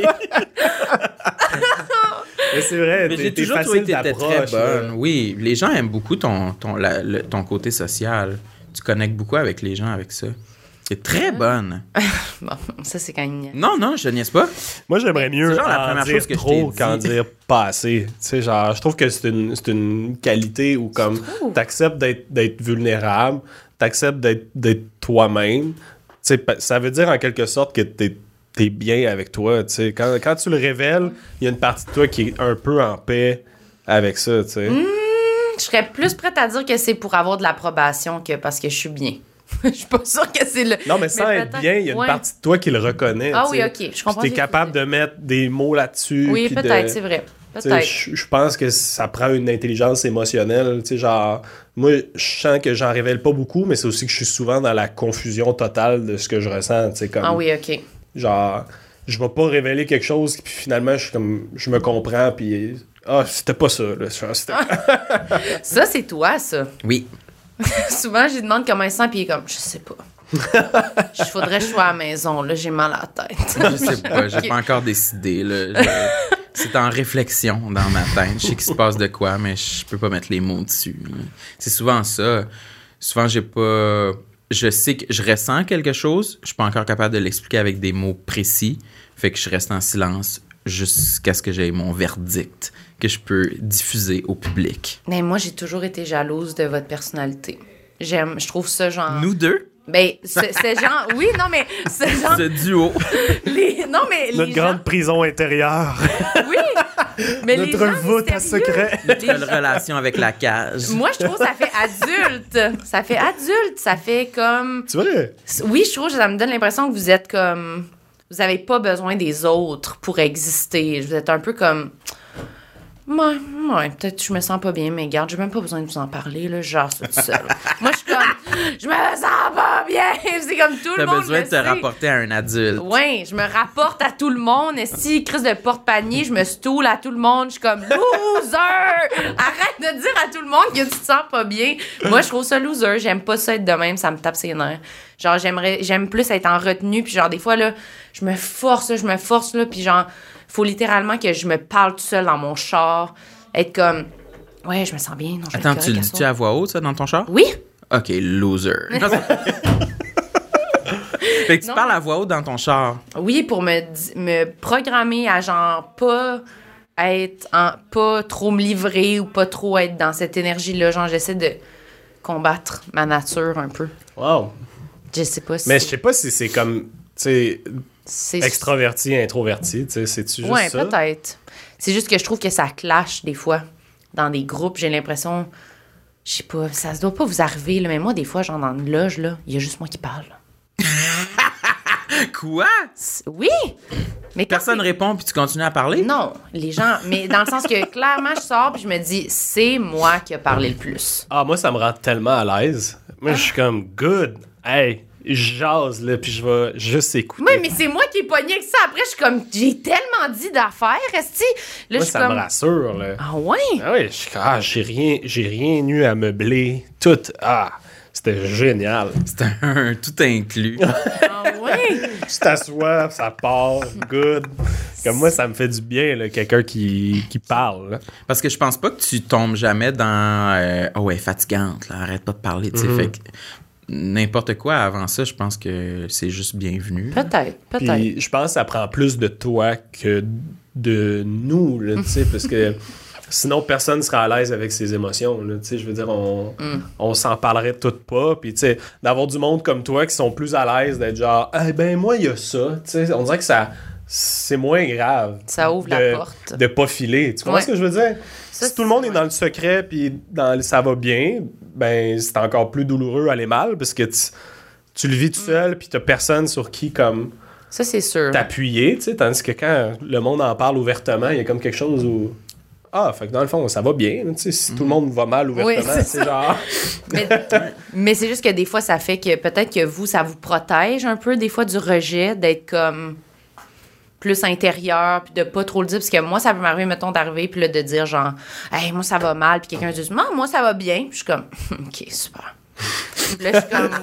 Mais c'est vrai, Mais t'es, j'ai t'es toujours trouvé facile que t'étais très d'approche. là. bonne. Oui, les gens aiment beaucoup ton, ton, la- le- ton côté social. Tu connectes beaucoup avec les gens avec ça. T'es très bonne. Bon, ça, c'est quand même... Non, non, je niaise pas. Moi, j'aimerais mieux C'est genre la en première dire chose que je trop t'ai qu'en dit. dire pas assez. Tu sais, genre, je trouve que c'est une, c'est une qualité où, comme, trouves? t'acceptes d'être, d'être vulnérable, t'acceptes d'être, d'être toi-même. Tu sais, pa- ça veut dire en quelque sorte que t'es, t'es bien avec toi. Tu sais, quand, quand tu le révèles, il y a une partie de toi qui est un peu en paix avec ça, tu sais. Je serais plus prête à dire que c'est pour avoir de l'approbation que parce que je suis bien. Je suis pas sûre que c'est le... Non, mais sans Mais être peut-être- bien, il y a une ouais. partie de toi qui le reconnaît. Ah tu oui, sais. ok, je comprends Puis ce t'es que tu capable dis. de mettre des mots là-dessus. Oui, puis peut-être, de- c'est vrai. Tu sais, Peut-être. Je je pense que ça prend une intelligence émotionnelle. Tu sais, genre, moi, je sens que j'en révèle pas beaucoup, mais c'est aussi que je suis souvent dans la confusion totale de ce que je ressens. Tu sais, comme, Ah oui, ok. genre, je vais pas révéler quelque chose, puis finalement, je suis comme, je me comprends, puis ah, c'était pas ça. Là. C'était- Ça, c'est toi, ça. Oui. Souvent, je lui demande comment il se sent, puis il est comme, je sais pas. Il faudrait que je sois à la maison, là, j'ai mal à la tête. Je sais pas, j'ai Ok. pas encore décidé. Là. Je- C'est en réflexion dans ma tête. Je sais qu'il se passe de quoi, mais je peux pas mettre les mots dessus. là. C'est souvent ça. Souvent, j'ai pas. Je sais que je ressens quelque chose, je suis pas encore capable de l'expliquer avec des mots précis. Fait que je reste en silence jusqu'à ce que j'aie mon verdict que je peux diffuser au public. Mais moi, j'ai toujours été jalouse de votre personnalité. J'aime, je trouve ça genre... Nous deux, Ben, c'est c'est genre... Oui, non, mais c'est genre... ce duo. Les, non, mais les Notre gens... grande prison intérieure. Oui! Mais les Notre gens voûte à mystérieux, secret. les Notre relation avec la cage. Moi, je trouve que ça fait adulte. Ça fait adulte. Ça fait comme... Tu vois? Oui, je trouve que ça me donne l'impression que vous êtes comme... Vous avez pas besoin des autres pour exister. Vous êtes un peu comme... Ouais, ouais, peut-être que je me sens pas bien, mais garde, j'ai même pas besoin de vous en parler, là, genre ça tout seul. Moi, je suis comme... Je me sens pas bien! C'est comme tout le T'as monde besoin le de te sait. rapporter à un adulte. Ouais, je me rapporte à tout le monde. Et si crise de porte-panier, je me stoule à tout le monde. Je suis comme loser! Arrête de dire à tout le monde que tu te sens pas bien. Moi, je trouve ça loser. J'aime pas ça être de même. Ça me tape ses nerfs. Genre, j'aimerais, j'aime plus être en retenue. Puis genre, des fois, là, je me force, là, je me force, là. Puis genre, faut littéralement que je me parle tout seul dans mon char. Être comme, ouais, je me sens bien. Non, je vais être Attends, tu le correct à dis-tu soir. à voix haute, ça, dans ton char? Oui? OK, loser. Fait que tu Non. parles à voix haute dans ton char. Oui, pour me, di- me programmer à genre pas être en, pas trop me livrer ou pas trop être dans cette énergie-là. Genre, j'essaie de combattre ma nature un peu. Wow. Je sais pas si Mais je sais pas si c'est comme, tu sais, c'est... extraverti, introverti, tu sais, c'est-tu juste Ouais, ça? peut-être. C'est juste que je trouve que ça clash des fois. Dans des groupes, j'ai l'impression... Je sais pas, ça se doit pas vous arriver, là, mais moi, des fois, genre dans une loge, là, il y a juste moi qui parle. Quoi? C'est- Oui! Mais quand Personne c'est- répond puis tu continues à parler? Non, les gens... Mais dans le sens que, clairement, je sors puis je me dis, c'est moi qui a parlé le plus. Ah, moi, ça me rend tellement à l'aise. Moi, je suis comme, good, hey, je jase, là, puis je vais juste écouter. Oui, mais c'est moi qui ai pogné avec ça. Après, je suis comme, j'ai tellement dit d'affaires, esti. Là, Moi, je suis ça comme... me rassure, là. Ah ouais? Ah oui, je suis comme, ah, j'ai rien, j'ai rien eu à meubler. Tout, ah, C'était génial. C'était un tout inclus. Ah ouais? Tu t'assois, ça part, good. Comme moi, ça me fait du bien, là, quelqu'un qui, qui parle. Là. Parce que je pense pas que tu tombes jamais dans euh, oh ouais, fatigante, là, arrête pas de parler, tu sais. Mm-hmm. Fait que n'importe quoi avant ça, je pense que c'est juste bienvenu. Peut-être, peut-être. Puis je pense que ça prend plus de toi que de nous, là, tu sais, parce que sinon, personne ne serait à l'aise avec ses émotions, là, tu sais, je veux dire, on, Mm. on s'en parlerait toutes pas, puis tu sais, d'avoir du monde comme toi qui sont plus à l'aise d'être genre, eh ben moi, il y a ça, tu sais, on dirait que ça, c'est moins grave. Ça ouvre de, la porte. De pas filer, tu comprends Ouais. ce que je veux dire? Ça, si tout le monde c'est- est dans le secret, puis dans le ça va bien, ben c'est encore plus douloureux aller mal, parce que tu, tu le vis tout seul, puis t'as personne sur qui, comme... Ça, c'est sûr. t'appuyer, tu sais, tandis que quand le monde en parle ouvertement, il y a comme quelque chose où... Ah, fait que dans le fond, ça va bien, tu sais, si tout le monde va mal ouvertement, Oui, c'est c'est genre... Mais, mais c'est juste que des fois, ça fait que peut-être que vous, ça vous protège un peu, des fois, du rejet, d'être comme plus intérieur, puis de pas trop le dire. Parce que moi, ça peut m'arriver, mettons, d'arriver, puis là, de dire genre, hey, moi, ça va mal, puis quelqu'un dit, non, moi, ça va bien. Puis je suis comme, OK, super. Puis là, je suis comme,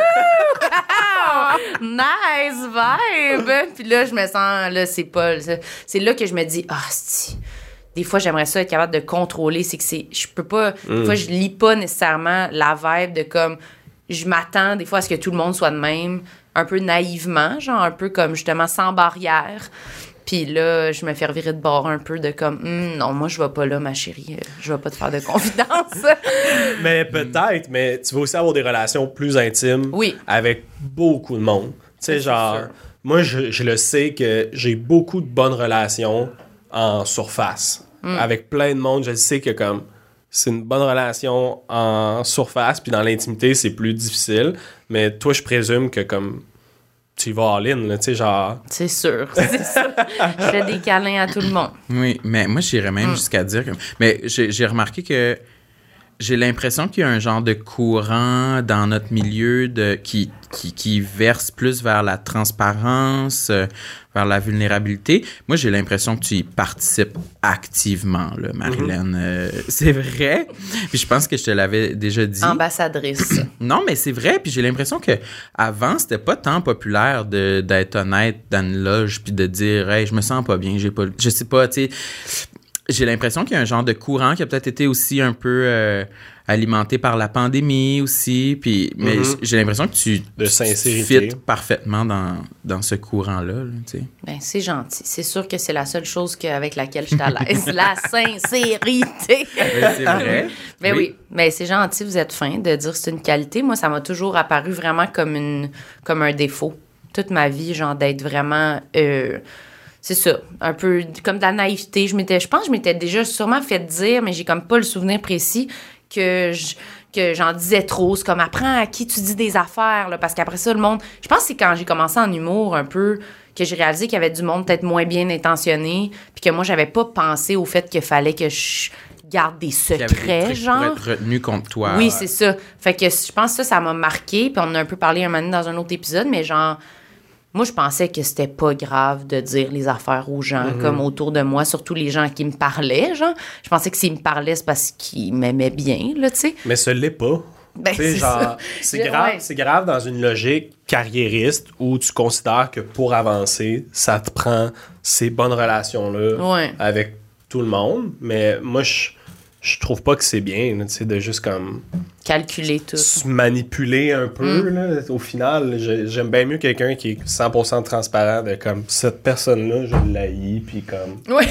wouhou! Nice vibe! Puis là, je me sens, là, c'est pas. C'est, c'est là que je me dis, ah, si. Des fois, j'aimerais ça être capable de contrôler. C'est que c'est. Je peux pas. Des fois, je lis pas nécessairement la vibe de comme. Je m'attends des fois à ce que tout le monde soit de même, un peu naïvement, genre un peu comme justement sans barrière. Puis là, je me fais revirer de bord un peu de comme, Hum, non, moi, je vais pas là, ma chérie. euh, Je vais pas te faire de confidence. Mais peut-être, mais tu vas aussi avoir des relations plus intimes Oui. avec beaucoup de monde. Tu sais, c'est genre, sûr. moi, je, je le sais que j'ai beaucoup de bonnes relations en surface. Mm. Avec plein de monde, je le sais que comme c'est une bonne relation en surface, puis dans l'intimité, c'est plus difficile. Mais toi, je présume que comme tu y vas all-in, là, tu sais, genre... C'est sûr, c'est sûr. Je fais des câlins à tout le monde. Oui, mais moi, j'irais même Mm. jusqu'à dire que... Mais j'ai j'ai remarqué que j'ai l'impression qu'il y a un genre de courant dans notre milieu de, qui, qui, qui verse plus vers la transparence, euh, vers la vulnérabilité. Moi, j'ai l'impression que tu y participes activement, là, Marilyn. Euh, c'est vrai. Puis je pense que je te l'avais déjà dit. Ambassadrice. Non, mais c'est vrai. Puis j'ai l'impression que avant, c'était pas tant populaire de, d'être honnête dans une loge puis de dire, hey, je me sens pas bien, j'ai pas, je sais pas, tu sais. J'ai l'impression qu'il y a un genre de courant qui a peut-être été aussi un peu euh, alimenté par la pandémie aussi. Puis, mais Mm-hmm. j'ai l'impression que tu, De tu sincérité. fites parfaitement dans, dans ce courant-là. Là, tu sais. Ben, c'est gentil. C'est sûr que c'est la seule chose que, avec laquelle je suis à l'aise. La sincérité. Mais c'est vrai. Ben oui. Mais c'est gentil, vous êtes fin de dire que c'est une qualité. Moi, ça m'a toujours apparu vraiment comme, une, comme un défaut. Toute ma vie, genre, d'être vraiment... Euh, c'est ça, un peu comme de la naïveté. Je m'étais, je pense que je m'étais déjà sûrement fait dire, mais j'ai comme pas le souvenir précis, que je, que j'en disais trop. C'est comme, apprends à qui tu dis des affaires, là, parce qu'après ça, le monde... Je pense que c'est quand j'ai commencé en humour un peu que j'ai réalisé qu'il y avait du monde peut-être moins bien intentionné, puis que moi, j'avais pas pensé au fait qu'il fallait que je garde des Il y avait des secrets, trucs genre. pour être retenu contre toi. Oui, c'est ça. Fait que je pense que ça, ça m'a marqué, puis on en a un peu parlé un moment donné dans un autre épisode, mais genre... Moi, je pensais que c'était pas grave de dire les affaires aux gens, Mm-hmm. comme autour de moi, surtout les gens qui me parlaient, genre. Je pensais que s'ils me parlaient, c'est parce qu'ils m'aimaient bien, là, tu sais. Mais ce l'est pas. Ben, Tu sais, c'est genre, ça. c'est Je- grave, ouais. c'est grave dans une logique carriériste où tu considères que pour avancer, ça te prend ces bonnes relations-là Ouais. avec tout le monde. Mais moi, je, je trouve pas que c'est bien, là, tu sais, de juste comme Calculer tout. se manipuler un peu. Là. Au final, je- j'aime bien mieux quelqu'un qui est cent pour cent transparent de comme cette personne-là, je l'haïs, puis comme Oui.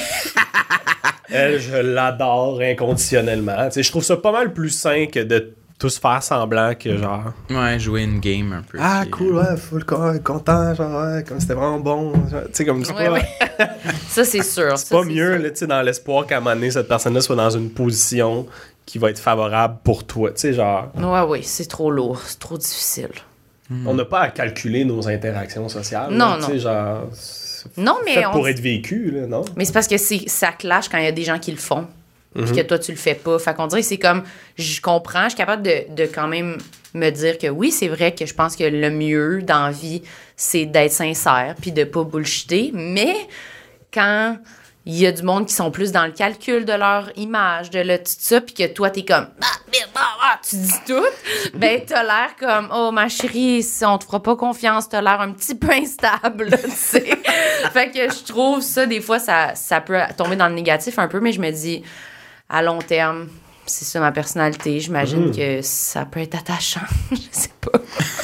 elle, je l'adore inconditionnellement. Tu sais, je trouve ça pas mal plus sain que de tous faire semblant que genre Ouais, jouer une game un peu. ah puis, cool, ouais, full con- content, genre ouais, comme c'était vraiment bon. Genre, tu sais, comme c'est Ouais, pas, ouais. Ça, c'est sûr. c'est pas mieux, là, tu sais, dans l'espoir qu'à un moment donné, cette personne-là soit dans une position qui va être favorable pour toi. Tu sais, genre, Ouais, oui, c'est trop lourd. C'est trop difficile. on n'a pas à calculer nos interactions sociales. Non, là, tu sais, non. genre, c'est Non, mais fait on- pour être vécu, là, non? Mais c'est parce que c'est, ça clash quand il y a des gens qui le font. Puis Mhm. que toi, tu le fais pas. Fait qu'on dirait que c'est comme... Je comprends, je suis capable de, de quand même me dire que oui, c'est vrai que je pense que le mieux dans la vie, c'est d'être sincère puis de pas bullshiter. Mais quand il y a du monde qui sont plus dans le calcul de leur image, de le tout ça, puis que toi, t'es comme, ah, ah, ah, tu dis tout, ben, t'as l'air comme, oh, ma chérie, si on te fera pas confiance, t'as l'air un petit peu instable, tu sais. Fait que je trouve ça, des fois, ça, ça peut tomber dans le négatif un peu, mais je me dis, à long terme, c'est ça ma personnalité, j'imagine mmh. que ça peut être attachant, je sais pas.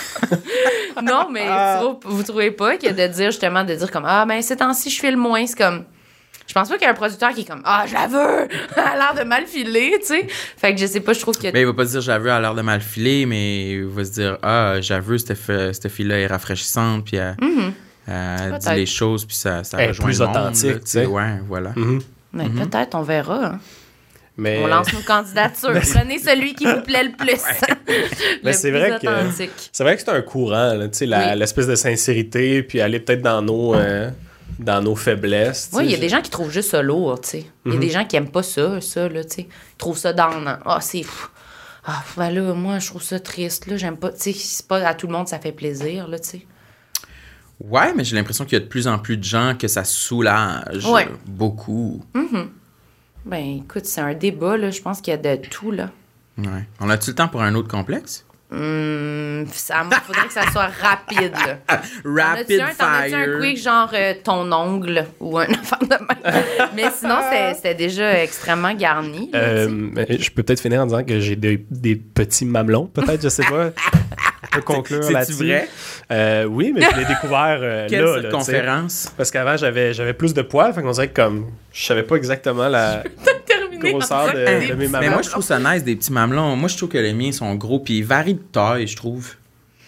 Non, mais ah. vous, vous trouvez pas que de dire, justement, de dire comme, ah, ben, ces temps-ci, je file moins, c'est comme... Je pense pas qu'il y a un producteur qui est comme « Ah, je la veux! » Elle a l'air de mal filer, tu sais. Fait que je sais pas, je trouve que... Mais il va pas se dire « Je la veux, elle a l'air de mal filer », mais il va se dire « Ah, j'avoue, cette, cette fille-là est rafraîchissante, puis elle, mm-hmm. elle dit les choses, puis ça, ça rejoint plus le monde. » authentique, tu sais. Ouais, voilà. Mm-hmm. Mais mm-hmm. peut-être, on verra. Hein. Mais... On lance nos candidatures. Prenez celui qui vous plaît le plus. Mais le c'est plus vrai authentique. que c'est vrai que c'est un courant, là, tu sais, la, oui. l'espèce de sincérité, puis aller peut-être dans nos... Euh, dans nos faiblesses. Oui, il y a des gens qui trouvent juste ça lourd, tu sais. Il y a mm-hmm. des gens qui aiment pas ça, ça, là, tu sais. Ils trouvent ça down. Ah, c'est... Ah, ben là, moi, je trouve ça triste, là, j'aime pas... Tu sais, c'est pas à tout le monde ça fait plaisir, là, tu sais. Ouais, mais j'ai l'impression qu'il y a de plus en plus de gens que ça soulage ouais. beaucoup. Mm-hmm. Ben, écoute, c'est un débat, là. Je pense qu'il y a de tout, là. Ouais. On a-tu le temps pour un autre complexe? Hum, ça faudrait que ça soit rapide. Là. Rapid un, fire. T'en as-tu un quick genre euh, ton ongle ou un enfant de même? Mais sinon, c'était, c'était déjà extrêmement garni. Là, euh, je peux peut-être finir en disant que j'ai des, des petits mamelons, peut-être, je sais pas. On peut conclure C'est, là-dessus. c'est-tu vrai? Euh, oui, mais je l'ai découvert euh, Quelle là. Quelle conférence? Parce qu'avant, j'avais, j'avais plus de poils, fait qu'on dirait que comme je savais pas exactement la... grosseur de, de mes mamelons. Mais moi, je trouve ça nice, des petits mamelons. Moi, je trouve que les miens sont gros, puis ils varient de taille, je trouve.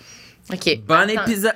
OK. Bon Attends. épisode.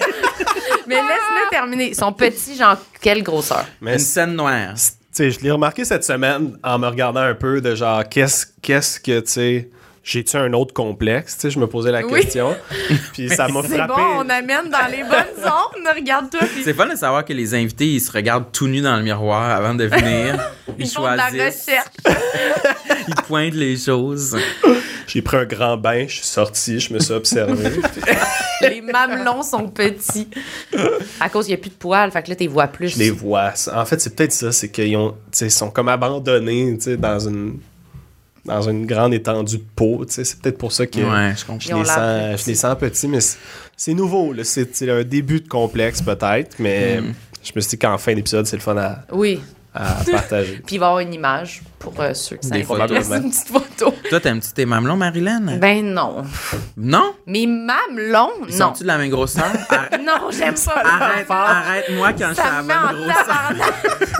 Mais laisse-le terminer. Ils sont petits, genre, quelle grosseur? Mais une scène noire. Tu sais, je l'ai remarqué cette semaine en me regardant un peu de genre, qu'est-ce, qu'est-ce que, tu sais... J'ai-tu un autre complexe? Tu sais, je me posais la oui. question. Puis ça m'a c'est frappé. C'est bon, on amène dans les bonnes zones. Regarde-toi. Puis... C'est fun de savoir que les invités, ils se regardent tout nus dans le miroir avant de venir. Ils, ils font choisissent. de la recherche. Ils pointent les choses. J'ai pris un grand bain, je suis sorti, je me suis observé. Les mamelons sont petits. À cause qu'il n'y a plus de poils, fait que là, tu les vois plus. Je les vois. En fait, c'est peut-être ça, c'est qu'ils ont, sont comme abandonnés dans une... dans une grande étendue de peau, tu sais, c'est peut-être pour ça que ouais, je, je, les sens, je les sens petits, mais c'est, c'est nouveau, là. C'est, c'est un début de complexe peut-être, mais mm. je me suis dit qu'en fin d'épisode, c'est le fun à, oui. à partager. Puis il va y avoir une image pour euh, ceux qui Des s'intéressent, une petite photo. Toi, t'aimes-tu tes mamelons, Marilyn? Ben non. Non? Mes mamelons, Ils non. Sont-tu de la même grosseur? Arrête. Non, j'aime pas. Arrête, arrête-moi quand ça je suis à la bonne grosseur.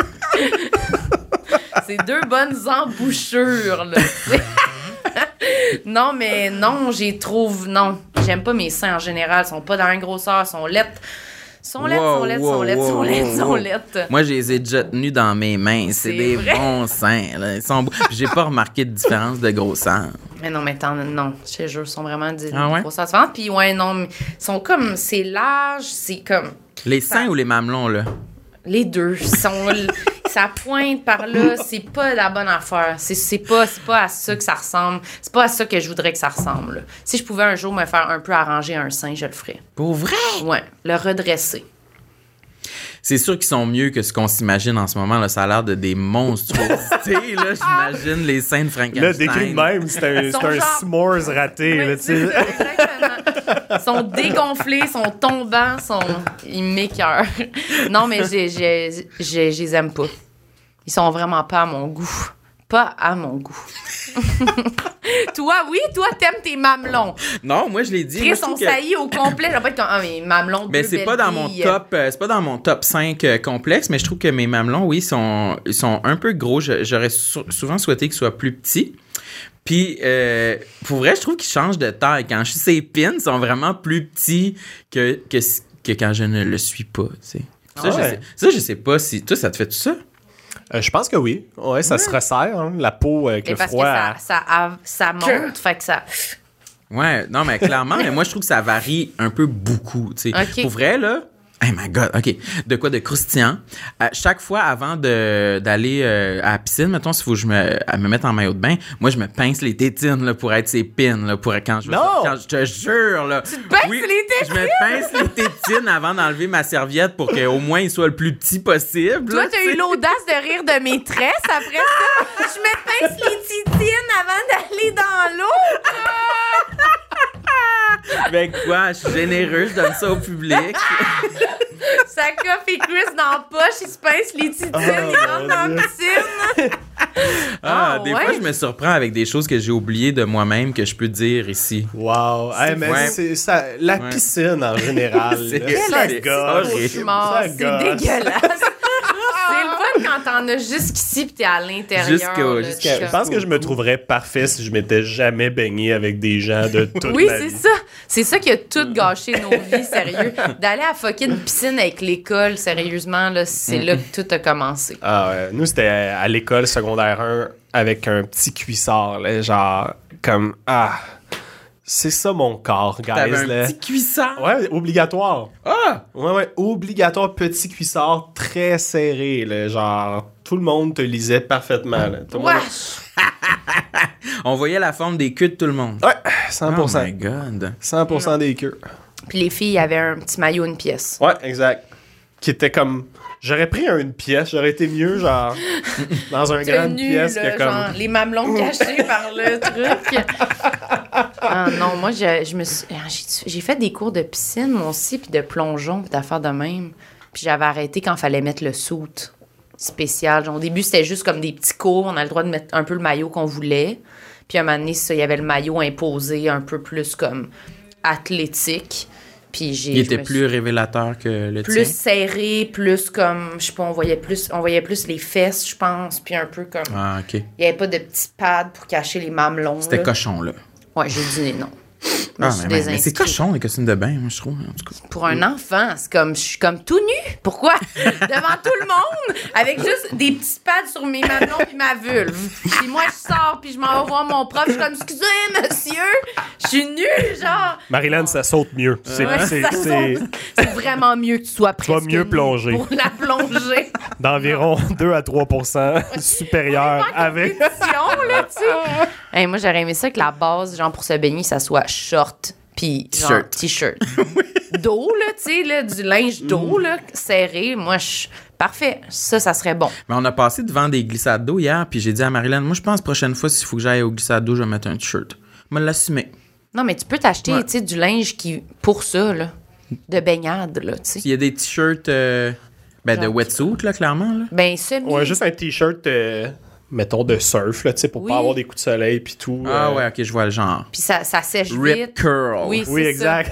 C'est deux bonnes embouchures, là. Non, mais non, j'y trouve... Non, j'aime pas mes seins en général. Ils sont pas dans la grosseur, ils sont lettres. Ils sont lettres, wow, sont lettres, wow, sont lettres, wow, sont lettres, wow, sont wow. lettres. Moi, je les ai déjà tenus dans mes mains. C'est, c'est des vrai? bons seins. Là. Ils sont beaux. J'ai pas remarqué de différence de grosseur. Mais non, mais attends, non. Je te jure, ils sont vraiment des ah ouais? grosseurs différentes. Puis ouais, non, mais ils sont comme... C'est large, c'est comme... Les seins ça... ou les mamelons, là? Les deux. Ils sont... Ça pointe par là, c'est pas la bonne affaire. C'est, c'est, pas, c'est pas à ça que ça ressemble. C'est pas à ça que je voudrais que ça ressemble. Là. Si je pouvais un jour me faire un peu arranger un sein, je le ferais. Pour vrai? Ouais, le redresser. C'est sûr qu'ils sont mieux que ce qu'on s'imagine en ce moment. Là. Ça a l'air de des monstruosités. Là, j'imagine les seins de Frankenstein. Là, décrit même, c'est un, c'est un genre... s'mores raté. Oui, là, c'est ça, exactement. Ils sont dégonflés, sont tombants, sont... ils m'écœurent. Non, mais j'ai, j'ai, j'ai, je les aime pas. Ils sont vraiment pas à mon goût. Pas à mon goût. Toi, oui, toi, t'aimes tes mamelons. Non, moi, je l'ai dit. Chris, on saillit au complet. Je vais pas être comme, ah, mes mamelons, mais deux c'est pas dans mon top, euh, c'est pas dans mon top cinq euh, complexe, mais je trouve que mes mamelons, oui, sont, ils sont un peu gros. Je, j'aurais sou- souvent souhaité qu'ils soient plus petits. Puis, euh, pour vrai, je trouve qu'ils changent de taille. Quand je suis ces pins, ils sont vraiment plus petits que, que, que quand je ne le suis pas, tu sais. Ça, ah ouais. je sais, ça, je sais pas si... Toi, ça te fait tout ça? Euh, je pense que oui. Ouais, ça ouais. se resserre, hein, la peau avec mais le parce froid. Parce que ça, ça, ça monte, fait que ça... Ouais, non, mais clairement, mais moi, je trouve que ça varie un peu beaucoup, tu sais. Okay. Pour vrai, là, Hey my God, OK. De quoi de croustillant. Euh, chaque fois, avant de, d'aller euh, à la piscine, mettons, s'il faut que je me, à me mette en maillot de bain, moi, je me pince les tétines là, pour être ses pins, là, pour quand je Non! Quand je te jure, là. Tu te pinces Oui, les tétines? Je me pince les tétines avant d'enlever ma serviette pour qu'au moins il soit le plus petit possible. Toi, là, t'as eu l'audace de rire de mes tresses après ça. Je me pince les tétines avant d'aller dans l'eau. Ben quoi, je suis généreux, je donne ça au public. Ça coiffe et Chris dans la poche, il se pince les tétines, il rentre dans la piscine. Ah, Ah, des ouais? fois, je me surprends avec des choses que j'ai oubliées de moi-même que je peux dire ici. Wow. Hey, mais Ouais. c'est ça, la Ouais. piscine en général. C'est- là, Quel ça c'est gosse. horrible. Cauchemar, Ça c'est gosse. dégueulasse. C'est le fun quand t'en as jusqu'ici pis t'es à l'intérieur. Jusqu'au- là, jusqu'à- tu Je pense que je me trouverais parfait si je m'étais jamais baigné avec des gens de toute Oui, ma c'est vie. ça. C'est ça qui a tout gâché nos vies, sérieux. D'aller à fucking piscine avec l'école, sérieusement, là, c'est là que tout a commencé. Ah ouais. Nous, c'était à l'école secondaire un avec un petit cuissard, là, genre, comme, ah, c'est ça mon corps, guys. T'avais un là. petit cuissard. Ouais, obligatoire. Ah! Ouais, ouais, obligatoire, petit cuissard très serré, là, genre, tout le monde te lisait parfaitement, là. Tout le monde- Wesh! On voyait la forme des queues de tout le monde. Ouais, cent pour Oh cent. my God. cent pour cent des queues. Puis les filles avaient un petit maillot, une pièce. Ouais, exact. Qui était comme... J'aurais pris un- une pièce, j'aurais été mieux, genre, dans un grand Tenue, pièce là, que comme... genre, les mamelons cachés par le truc. Ah non, moi, je, je me suis- j'ai, j'ai fait des cours de piscine, moi aussi, puis de plongeon, puis d'affaires de même. Puis j'avais arrêté quand il fallait mettre le suit spécial. Genre, au début, c'était juste comme des petits cours. On a le droit de mettre un peu le maillot qu'on voulait. Puis à un moment donné, ça, il y avait le maillot imposé, un peu plus comme athlétique. Puis j'ai... Il je était me plus suis- révélateur que le plus tien. serré, plus comme, je sais pas, on voyait plus, on voyait plus les fesses, je pense, puis un peu comme, Ah, OK. il y avait pas de petits pads pour cacher les mamelons. C'était là. cochon, là. Ouais, j'ai dit non. Je me Ah, suis mais, mais- mais c'est désinscrite. cochon, les costumes de bain, moi, je trouve, en tout cas. Pour un enfant, c'est comme, je suis comme tout nu. Pourquoi? Devant tout le monde, avec juste des petits pads sur mes mamelons puis ma vulve. Puis moi, je sors puis je m'en vais voir mon prof. Je suis comme, excusez, monsieur, je suis nue, genre. Marilyn, ça saute mieux. C'est, Ouais, c'est, ça c'est saute. C'est vraiment mieux que tu sois Tu vas presque mieux nue plonger. Pour la plonger. d'environ deux à trois pour cent supérieur avec... Compétition, là, tu sais. Hey, moi, j'aurais aimé ça que la base, genre, pour se baigner, ça soit short puis genre T-shirt. t-shirt. D'eau, là, tu sais, là, du linge d'eau, là, serré. Moi, je... Parfait. Ça, ça serait bon. Mais on a passé devant des glissades d'eau hier, puis j'ai dit à Marilyn, moi, je pense, prochaine fois, s'il faut que j'aille au glissade d'eau, je vais mettre un t-shirt. Je me l'assumer. Non, mais tu peux t'acheter, Ouais. tu sais, du linge qui... Pour ça, là. De baignade, là, tu sais. Il y a des t-shirts euh, ben, de Genre- wetsuit, là, clairement. Là. Ben, semi... Ouais, juste un t-shirt, euh, mettons, de surf, là, tu sais, pour Oui. pas avoir des coups de soleil puis tout. Ah euh. ouais, OK, je vois le genre. Puis ça, ça sèche Rip vite. curl. Oui, Oui, c'est exact.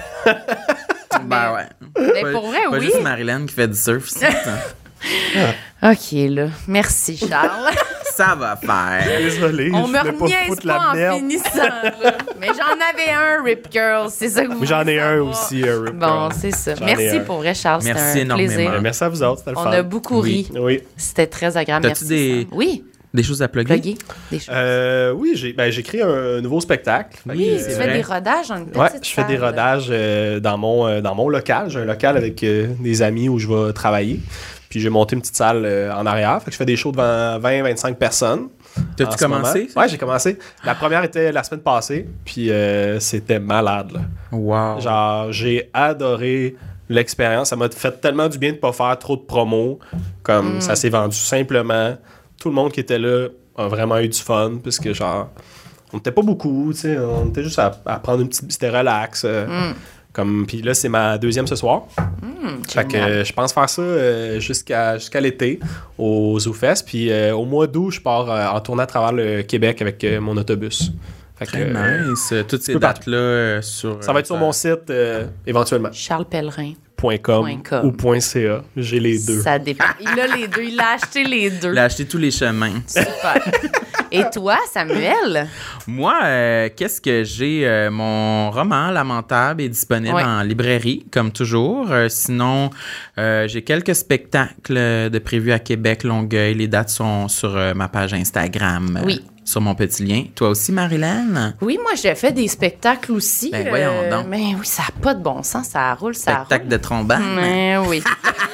Ben ouais. Mais Pas- pour vrai, pas oui. juste Marilyn qui fait du surf. ici, ça. OK, là. Merci, Charles. Ça va faire. Désolé, On je me voulais pas reniaise foutre pas, la en merde. finissant, là. Mais j'en avais un, Rip Curl. C'est ça que vous Oui, j'en voulez ai un savoir. aussi, un Rip Bon, Curl. c'est ça. J'en ai Merci un. pour vrai, Charles. C'était Merci un énormément. plaisir. Euh, Merci à vous autres, c'était le On fun. a beaucoup Oui. ri. Oui. C'était très agréable. T'as-tu Merci. des- Sam. Oui, Des choses à plugger? plugger des choses. Euh, oui, j'ai, ben, j'ai créé un nouveau spectacle. Fait oui, que, tu c'est fais vrai. des rodages dans une petite Ouais, je fais des salle. rodages euh, dans, mon, euh, dans mon local. J'ai un local avec euh, des amis où je vais travailler. Puis j'ai monté une petite salle euh, en arrière. Fait que je fais des shows devant vingt à vingt-cinq personnes. en T'as-tu ce moment. commencé? Ouais, j'ai commencé. La première était la semaine passée. Puis euh, c'était malade, là. Wow. Genre, j'ai adoré l'expérience. Ça m'a fait tellement du bien de pas faire trop de promos. Comme Mm. ça s'est vendu simplement. Tout le monde qui était là a vraiment eu du fun. Parce que, genre, on n'était pas beaucoup. Tu sais, on était juste à, à prendre une petite. C'était relax. euh, Mm. Comme, puis là, c'est ma deuxième ce soir. Mm, Fait que génial. euh, je pense faire ça euh, jusqu'à jusqu'à l'été au ZooFest. Puis euh, au mois d'août, je pars euh, en tournée à travers le Québec avec euh, mon autobus. Fait que, Très euh, nice. Toutes ces peu partout. dates-là euh, sur... ça va être sur mon site euh, éventuellement. Charles Pellerin. .com, Point com. ou .ca. J'ai les deux. Ça dépend. Il a les deux. Il a acheté les deux. Il a acheté tous les chemins. Super. Et toi, Samuel? Moi, euh, qu'est-ce que j'ai? Euh, mon roman Lamentable est disponible Ouais. en librairie, comme toujours. Euh, sinon, euh, j'ai quelques spectacles de prévus à Québec, Longueuil. Les dates sont sur euh, ma page Instagram. euh, Oui. Sur mon petit lien. Toi aussi, Marilyn? Oui, moi, j'ai fait des spectacles aussi. Ben, voyons donc. Mais oui, ça n'a pas de bon sens. Ça roule, ça Spectacle de trombone. roule. Mais oui.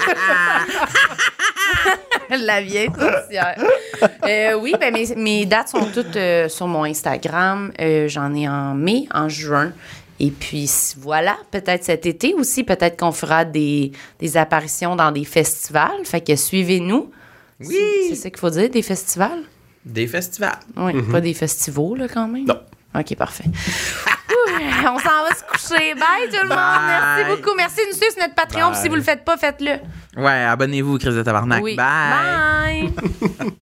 La vieille sorcière. Euh, oui, ben mes, mes dates sont toutes euh, sur mon Instagram. Euh, j'en ai en mai, en juin. Et puis voilà, peut-être cet été aussi, peut-être qu'on fera des, des apparitions dans des festivals. Fait que suivez-nous. Oui. C'est, c'est ça qu'il faut dire, des festivals? Des festivals. Oui, pas des festivals, là, quand même. Non. OK, parfait. Ouh, on s'en va se coucher. Bye, tout le monde. Bye. Merci beaucoup. Merci de nous suivre sur notre Patreon. Bye. Puis si vous le faites pas, faites-le. Ouais, abonnez-vous, Chris de Tabarnak. Oui. Bye. Bye.